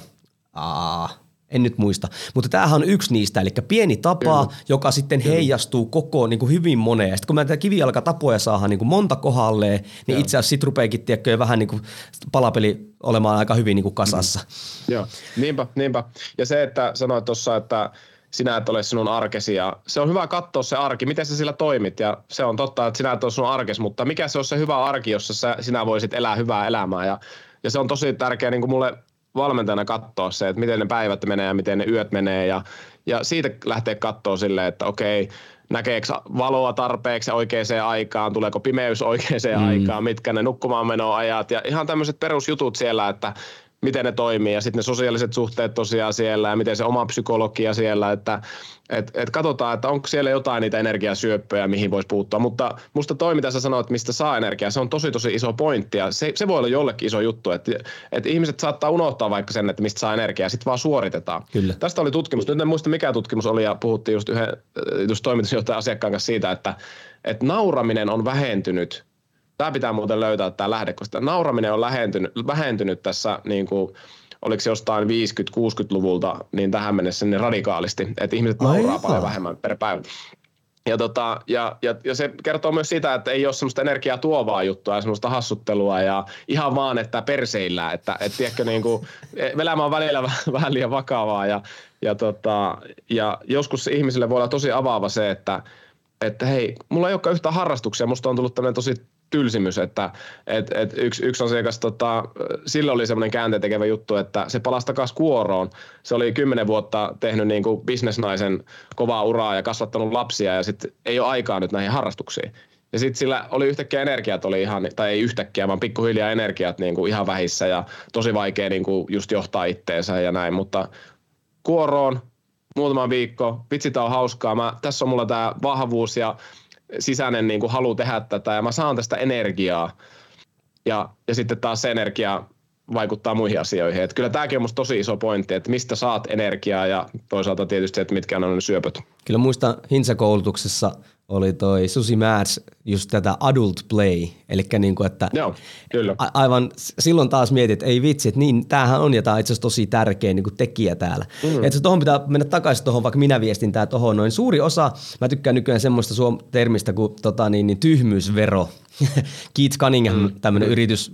en nyt muista, mutta tämähän on yksi niistä, eli pieni tapa, joka sitten heijastuu koko niin kuin hyvin moneen. Sitten kun mä näitä kivijalkatapoja saadaan niin kuin monta kohdalleen, niin itse asiassa sit rupeekin jo vähän niin kuin palapeli olemaan aika hyvin niin kuin kasassa. Joo, niinpä. Ja se, että sanoit tuossa, että sinä et ole sinun arkesi ja se on hyvä katsoa se arki, miten sä sillä toimit ja se on totta, että sinä et ole sinun arkesi, mutta mikä se on se hyvä arki, jossa sinä voisit elää hyvää elämää ja se on tosi tärkeää niin kuin mulle valmentajana katsoa se, että miten ne päivät menee ja miten ne yöt menee ja siitä lähtee katsoa silleen, että okei, näkeekö valoa tarpeeksi oikeaan aikaan, tuleeko pimeys oikeaan aikaan, mitkä ne nukkumaanmenoajat ja ihan tämmöiset perusjutut siellä, että miten ne toimii ja sitten ne sosiaaliset suhteet tosiaan siellä ja miten se oma psykologia siellä, että katsotaan, että onko siellä jotain niitä energiasyöppöjä, mihin voisi puuttua, mutta musta toi, mitä sä sanoit, mistä saa energiaa, se on tosi iso pointti ja se voi olla jollekin iso juttu, että ihmiset saattaa unohtaa vaikka sen, että mistä saa energiaa, sitten vaan suoritetaan. Kyllä. Tästä oli tutkimus, nyt en muista mikä tutkimus oli ja puhuttiin just yhden toimitusjohtajan asiakkaan kanssa siitä, että nauraminen on vähentynyt Tämä pitää muuten löytää tämä lähde, koska nauraminen on vähentynyt tässä niin kuin, oliko se jostain 50-60-luvulta niin tähän mennessä niin radikaalisti, että ihmiset nauraa paljon vähemmän per päivä. Ja se kertoo myös sitä, että ei ole semmoista energiaa tuovaa juttua ja semmoista hassuttelua ja ihan vaan, että perseillään, että tiedätkö, niin kuin, elämä on välillä vähän liian vakavaa ja joskus ihmisille voi olla tosi avaava se, että hei, mulla ei olekaan yhtään harrastuksia, musta on tullut tämmöinen tosi tylsimys, että yksi asiakas, sillä oli semmoinen käänteentekevä juttu, että se palasi takaisin kuoroon. Se oli 10 vuotta tehnyt niin kuin bisnesnaisen kovaa uraa ja kasvattanut lapsia ja sitten ei ole aikaa nyt näihin harrastuksiin. Ja sitten sillä oli yhtäkkiä energiat, oli ihan, tai ei yhtäkkiä, vaan pikkuhiljaa energiat niin kuin ihan vähissä ja tosi vaikea niin kuin just johtaa itteensä ja näin, mutta kuoroon muutama viikko, vitsi tää on hauskaa, tässä on mulla tää vahvuus ja sisäinen niin kuin halu tehdä tätä ja mä saan tästä energiaa ja sitten taas se energia vaikuttaa muihin asioihin. Et kyllä tämäkin on musta tosi iso pointti, että mistä saat energiaa ja toisaalta tietysti, että mitkä on ne syöpöt. Kyllä muista Hintsa-koulutuksessa oli toi Susi Mads just tätä adult play, eli niin kuin, että joo, kyllä. Aivan silloin taas mietit, että ei vitsi, että niin, tämähän on ja tämä on itse asiassa tosi tärkeä niin kuin tekijä täällä. Että tuohon pitää mennä takaisin tuohon, vaikka minä viestin tää tuohon noin. Suuri osa, mä tykkään nykyään semmoista termistä kuin tyhmyysvero. Keith Cunningham, tämmöinen yritys,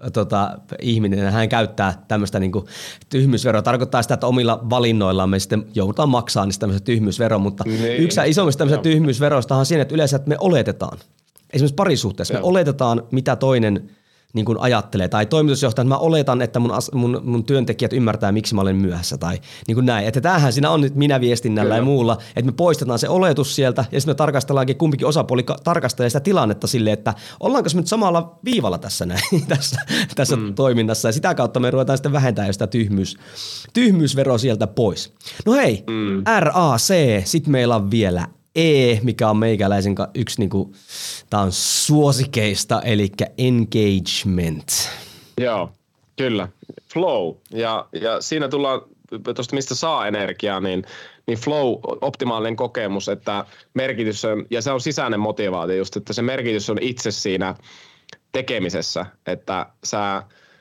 ihminen, hän käyttää tämmöistä niinku tyhmyysveroa. Tarkoittaa sitä, että omilla valinnoillaan me sitten joudutaan maksamaan niistä tämmöistä tyhmyysveroa, mutta yksi isommista tämmöistä tyhmyysveroista on siinä, että yleensä että me oletetaan. Esimerkiksi parisuhteessa me oletetaan, mitä toinen niin kuin ajattelee, tai toimitusjohtaja, että mä oletan, että mun työntekijät ymmärtää, miksi mä olen myöhässä, tai niin kuin näin. Että tämähän siinä on nyt minä viestinnällä ja muulla, että me poistetaan se oletus sieltä, ja sitten me tarkastellaankin, kumpikin osapuoli tarkastelee sitä tilannetta silleen, että ollaanko me nyt samalla viivalla tässä näin, tässä toiminnassa, ja sitä kautta me ruvetaan sitten vähentämään sitä tyhmyysveroa sieltä pois. No hei, RAC, sitten meillä on vielä mikä on meikäläisen yksi niinku, tää on suosikeista, eli engagement. Joo, kyllä. Flow. Ja siinä tullaan tuosta, mistä saa energiaa, niin flow, optimaalinen kokemus, että merkitys on, ja se on sisäinen motivaatio just, että se merkitys on itse siinä tekemisessä, että sä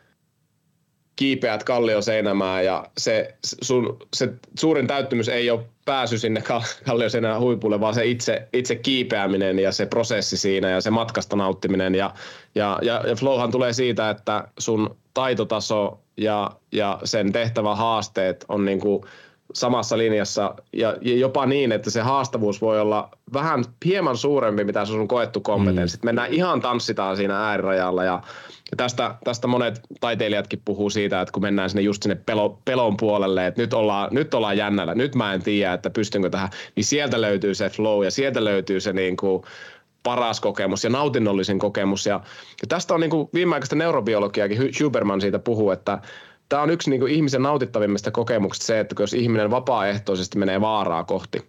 kiipeät Kallioseinämään ja se suurin täyttymys ei ole pääsy sinne Kallioseinään huipulle, vaan se itse kiipeäminen ja se prosessi siinä ja se matkasta nauttiminen. Ja flowhan tulee siitä, että sun taitotaso ja sen tehtävän haasteet on niinku samassa linjassa ja jopa niin, että se haastavuus voi olla hieman suurempi, mitä se on sun koettu kompetenssi. Mennään ihan tanssitaan siinä äärirajalla ja tästä monet taiteilijatkin puhuu siitä, että kun mennään sinne pelon puolelle, että nyt ollaan jännällä, nyt mä en tiedä, että pystynkö tähän, niin sieltä löytyy se flow ja sieltä löytyy se niinku paras kokemus ja nautinnollisen kokemus. Ja tästä on niinku viimeaikaista neurobiologiakin, Huberman siitä puhuu, että tämä on yksi niinku ihmisen nautittavimmista kokemuksista se, että jos ihminen vapaaehtoisesti menee vaaraa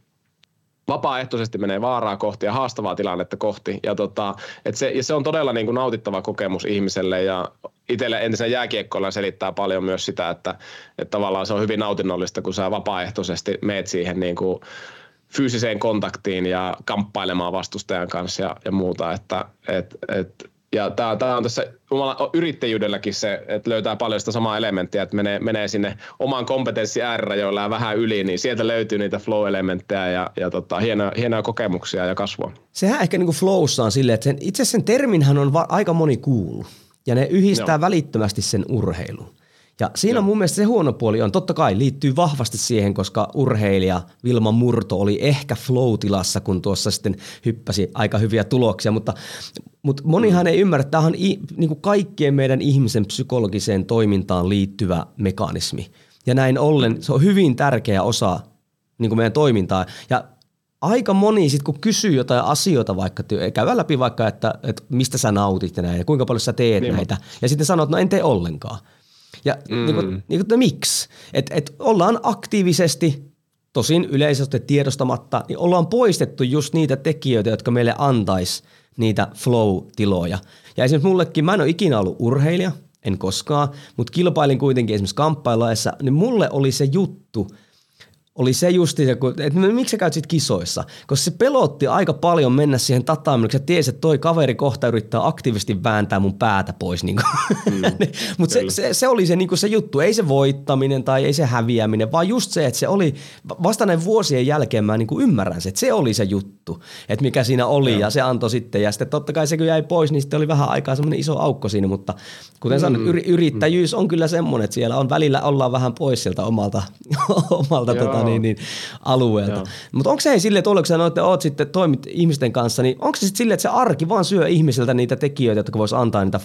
kohti ja haastavaa tilannetta kohti. Ja se on todella niin kuin nautittava kokemus ihmiselle ja itselle entisenä jääkiekkoilla selittää paljon myös sitä, että tavallaan se on hyvin nautinnollista, kun sä vapaaehtoisesti meet siihen niin kuin fyysiseen kontaktiin ja kamppailemaan vastustajan kanssa ja muuta. Ja tämä on tässä omalla yrittäjyydelläkin se, että löytää paljon sitä samaa elementtiä, että menee sinne oman kompetenssin äärirajoilla ja vähän yli, niin sieltä löytyy niitä flow-elementtejä ja hienoja kokemuksia ja kasvua. Sehän ehkä niin kuin flowssa on silleen, että itse asiassa sen terminhän on aika moni kuullut ja ne yhdistää välittömästi sen urheilun. Ja siinä mun mielestä se huono puoli on, totta kai liittyy vahvasti siihen, koska urheilija Vilma Murto oli ehkä flow-tilassa, kun tuossa sitten hyppäsi aika hyviä tuloksia, mutta monihan ei ymmärrä, että tämä on niin kuin kaikkien meidän ihmisen psykologiseen toimintaan liittyvä mekanismi. Ja näin ollen se on hyvin tärkeä osa niin kuin meidän toimintaa. Ja aika moni sitten kun kysyy jotain asioita vaikka, käy läpi vaikka, että mistä sä nautit ja näin, ja kuinka paljon sä teet näitä, ja sitten sanot, no en tee ollenkaan. Ja miksi? Et ollaan aktiivisesti, tosin yleisesti tiedostamatta, niin ollaan poistettu just niitä tekijöitä, jotka meille antaisi niitä flow-tiloja. Ja esimerkiksi mullekin, mä en ole ikinä ollut urheilija, en koskaan, mutta kilpailin kuitenkin esimerkiksi kamppailaessa, niin mulle oli se juttu oli se justi, että miksi sä käyt sit kisoissa? Koska se pelotti aika paljon mennä siihen tataamille, kun sä tiesi, että toi kaveri kohta yrittää aktiivisesti vääntää mun päätä pois. Niin mutta se oli se, niin se juttu, ei se voittaminen tai ei se häviäminen, vaan just se, että se oli, vasta näin vuosien jälkeen mä niin ymmärrän se, että se oli se juttu, että mikä siinä oli ja se antoi sitten. Ja sitten totta kai se kun jäi pois, niin sitten oli vähän aikaa semmoinen iso aukko siinä, mutta kuten sanoin, yrittäjyys on kyllä semmoinen, että siellä on välillä ollaan vähän pois sieltä omalta alueelta. Mutta onko se silleen, että kun sä toimit ihmisten kanssa, niin onko se sitten silleen, että se arki vaan syö ihmisiltä niitä tekijöitä, jotka vois antaa niitä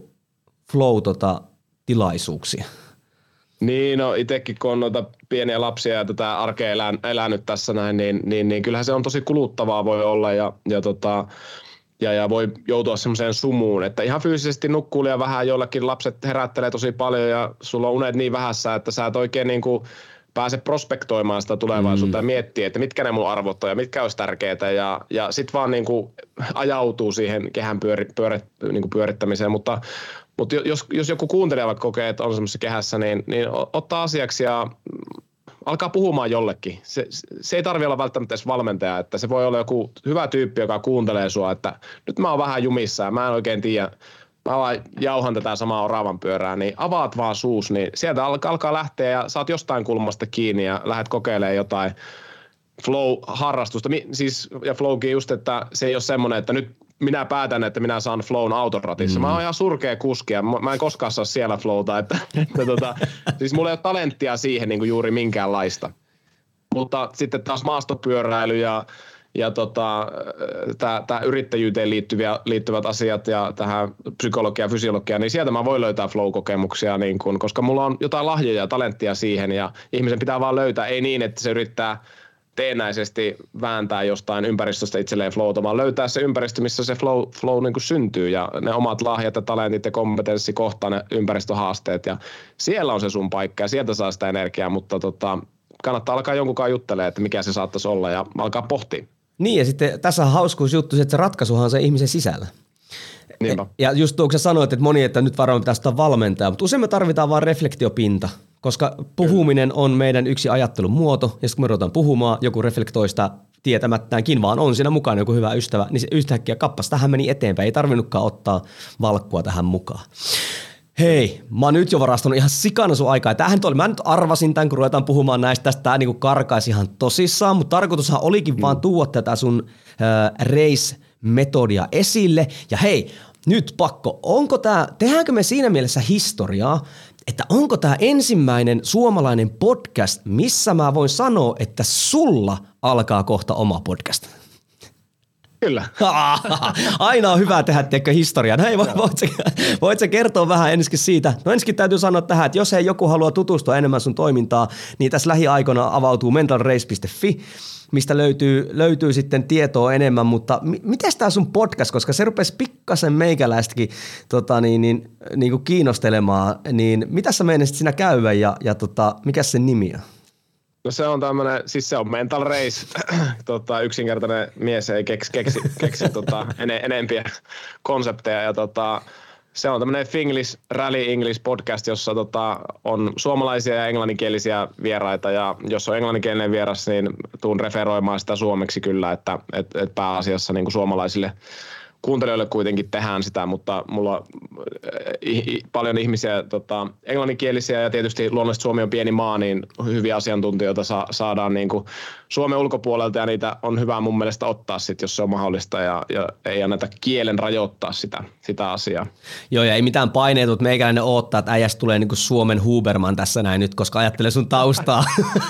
flow-tilaisuuksia? Niin, no itsekin kun on noita pieniä lapsia ja tätä arkea elänyt tässä näin, niin kyllähän se on tosi kuluttavaa voi olla ja voi joutua semmoiseen sumuun, että ihan fyysisesti nukkuu liian vähän, joillakin lapset herättelee tosi paljon ja sulla on unet niin vähässä, että sä et oikein niinku pääse prospektoimaan sitä tulevaisuutta ja miettiä, että mitkä ne mun arvot on ja mitkä olisi tärkeitä ja sit vaan niinku ajautuu siihen kehän niinku pyörittämiseen, mutta jos joku kuuntelija vaikka kokee, että on semmoisessa kehässä, niin ottaa asiaksi ja alkaa puhumaan jollekin. Se ei tarvitse olla välttämättä edes valmentaja, että se voi olla joku hyvä tyyppi, joka kuuntelee sua, että nyt mä oon vähän jumissa ja mä en oikein tiedä, mä vaan jauhan tätä samaa oravan pyörää, niin avaat vaan suus, niin sieltä alkaa lähteä ja saat jostain kulmasta kiinni ja lähdet kokeilemaan jotain flow-harrastusta. Ja flowkin just, että se ei ole semmoinen, että nyt minä päätän, että minä saan flown autoratissa. Mä oon ihan surkea kuski ja mä en koskaan saa siellä flowta. Siis mulla ei ole talenttia siihen niin kuin juuri minkäänlaista. Mutta sitten taas maastopyöräily ja tämä yrittäjyyteen liittyvät asiat ja tähän psykologiaan, fysiologiaan, niin sieltä mä voin löytää flow-kokemuksia, niin kun, koska mulla on jotain lahjoja ja talenttia siihen ja ihmisen pitää vaan löytää, ei niin, että se yrittää teennäisesti vääntää jostain ympäristöstä itselleen flowta, vaan löytää se ympäristö, missä se flow niin kuin syntyy ja ne omat lahjat ja talentit ja kompetenssi kohtaa ne ympäristöhaasteet ja siellä on se sun paikka ja sieltä saa sitä energiaa, mutta kannattaa alkaa jonkunkaan juttelemaan, että mikä se saattaisi olla ja alkaa pohtia. Niin ja sitten tässä on hauskuusjuttu, että se ratkaisuhan on se ihmisen sisällä. Niinpä. Ja just tuo, kun sä sanoit, että moni, että nyt varmaan pitäisi ottaa valmentaja, mutta usein me tarvitaan vaan reflektiopinta, koska puhuminen on meidän yksi ajattelun muoto, ja sitten kun me ruvetaan puhumaan, joku reflektoi sitä tietämättäänkin, vaan on siinä mukana joku hyvä ystävä, niin se yhtäkkiä kappas, tähän meni eteenpäin, ei tarvinnutkaan ottaa valkkua tähän mukaan. Hei, mä oon nyt jo varastanut ihan sikana sun aikaa. Tämähän oli, mä nyt arvasin tämän, kun ruvetaan puhumaan näistä, tästä tää niinku karkaisi ihan tosissaan, mutta tarkoitushan olikin vaan tuoda tätä sun race-metodia esille. Ja hei, nyt pakko, tehdäänkö me siinä mielessä historiaa, että onko tämä ensimmäinen suomalainen podcast, missä mä voin sanoa, että sulla alkaa kohta oma podcast? Kyllä. Aina on hyvä tehdä, tiedätkö, historiaa. Hei, voit sä kertoa vähän ensin siitä? No ensin täytyy sanoa tähän, että jos joku haluaa tutustua enemmän sun toimintaa, niin tässä lähiaikoina avautuu mentalrace.fi, mistä löytyy sitten tietoa enemmän, mutta mitäs tää sun podcast, koska se rupesi pikkasen meikäläistäkin niin kuin kiinnostelemaan, niin mitä sä meinasit siinä käydä ja mikä sen nimi on? No se on tämmönen, siis se on Mental Race, yksinkertainen mies ei keksi enempiä konsepteja ja se on tämmönen Finglish Rally English podcast, jossa on suomalaisia ja englanninkielisiä vieraita ja jos on englanninkielinen vieras, niin tuun referoimaan sitä suomeksi kyllä, että pääasiassa niin kuin suomalaisille kuuntelijoille kuitenkin tehdään sitä, mutta mulla on paljon ihmisiä englanninkielisiä ja tietysti luonnollisesti Suomi on pieni maa, niin hyviä asiantuntijoita saadaan niin kuin Suomen ulkopuolelta ja niitä on hyvä mun mielestä ottaa sitten, jos se on mahdollista ja ei anneta kielen rajoittaa sitä asiaa. Joo ja ei mitään paineita, mutta meikäläinen odottaa, että äijästä tulee niin kuin Suomen Huberman tässä näin nyt, koska ajattelee sun taustaa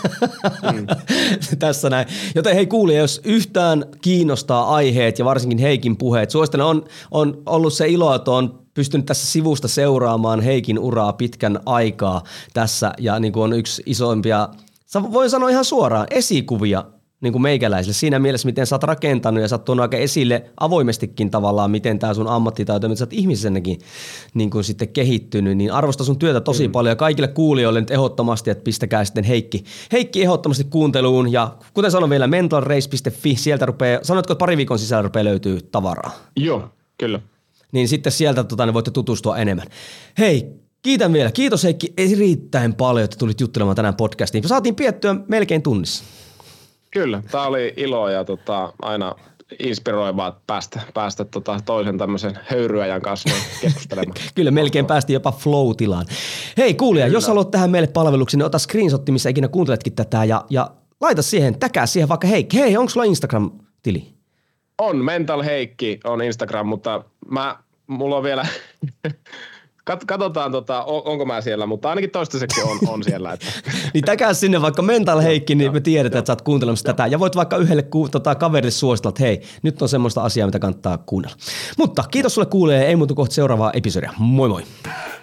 tässä näin. Joten hei kuulija, jos yhtään kiinnostaa aiheet ja varsinkin Heikin puheet, suosittelen on ollut se ilo, että on pystynyt tässä sivusta seuraamaan Heikin uraa pitkän aikaa tässä ja niin kuin on yksi isoimpia, voin sanoa ihan suoraan, esikuvia niin kuin meikäläisille siinä mielessä, miten sä oot rakentanut ja sä oot tuonut aika esille avoimestikin tavallaan, miten tää sun ammattitaito, miten sä oot ihmisenäkin niin kuin sitten kehittynyt, niin arvostan sun työtä tosi paljon ja kaikille kuulijoille nyt ehdottomasti, että pistäkää sitten Heikki ehdottomasti kuunteluun ja kuten sanon vielä mentalrace.fi, sieltä sanoitko, että pari viikon sisällä rupeaa löytyy tavaraa? Joo, kyllä. Niin sitten sieltä ne voitte tutustua enemmän. Hei, Kiitän vielä. Kiitos Heikki erittäin paljon, että tulit juttelemaan tänään podcastiin. Me saatiin piettyä melkein tunnissa. Kyllä, tämä oli ilo ja aina inspiroivaa päästä toisen tämmöisen höyryäjän kanssa keskustelemaan. Kyllä, melkein päästiin jopa flow-tilaan. Hei kuulija, jos haluat tähän meille palveluksi, niin ota screenshotti, missä ikinä kuunteletkin tätä ja laita siihen, täkää siihen vaikka Heikki. Hei, onko sulla Instagram-tili? On, Mental Heikki on Instagram, mutta mulla on vielä... Katsotaan, onko mä siellä, mutta ainakin toistaiseksi on siellä. Että. Niin täkää sinne vaikka Mental Heikki, niin me tiedetään, että sä oot kuuntelemassa tätä. Ja voit vaikka yhdelle kaverille suositella, että hei, nyt on semmoista asiaa, mitä kannattaa kuunnella. Mutta kiitos sulle kuulee, ei muuta kohta seuraavaa episodia. Moi moi!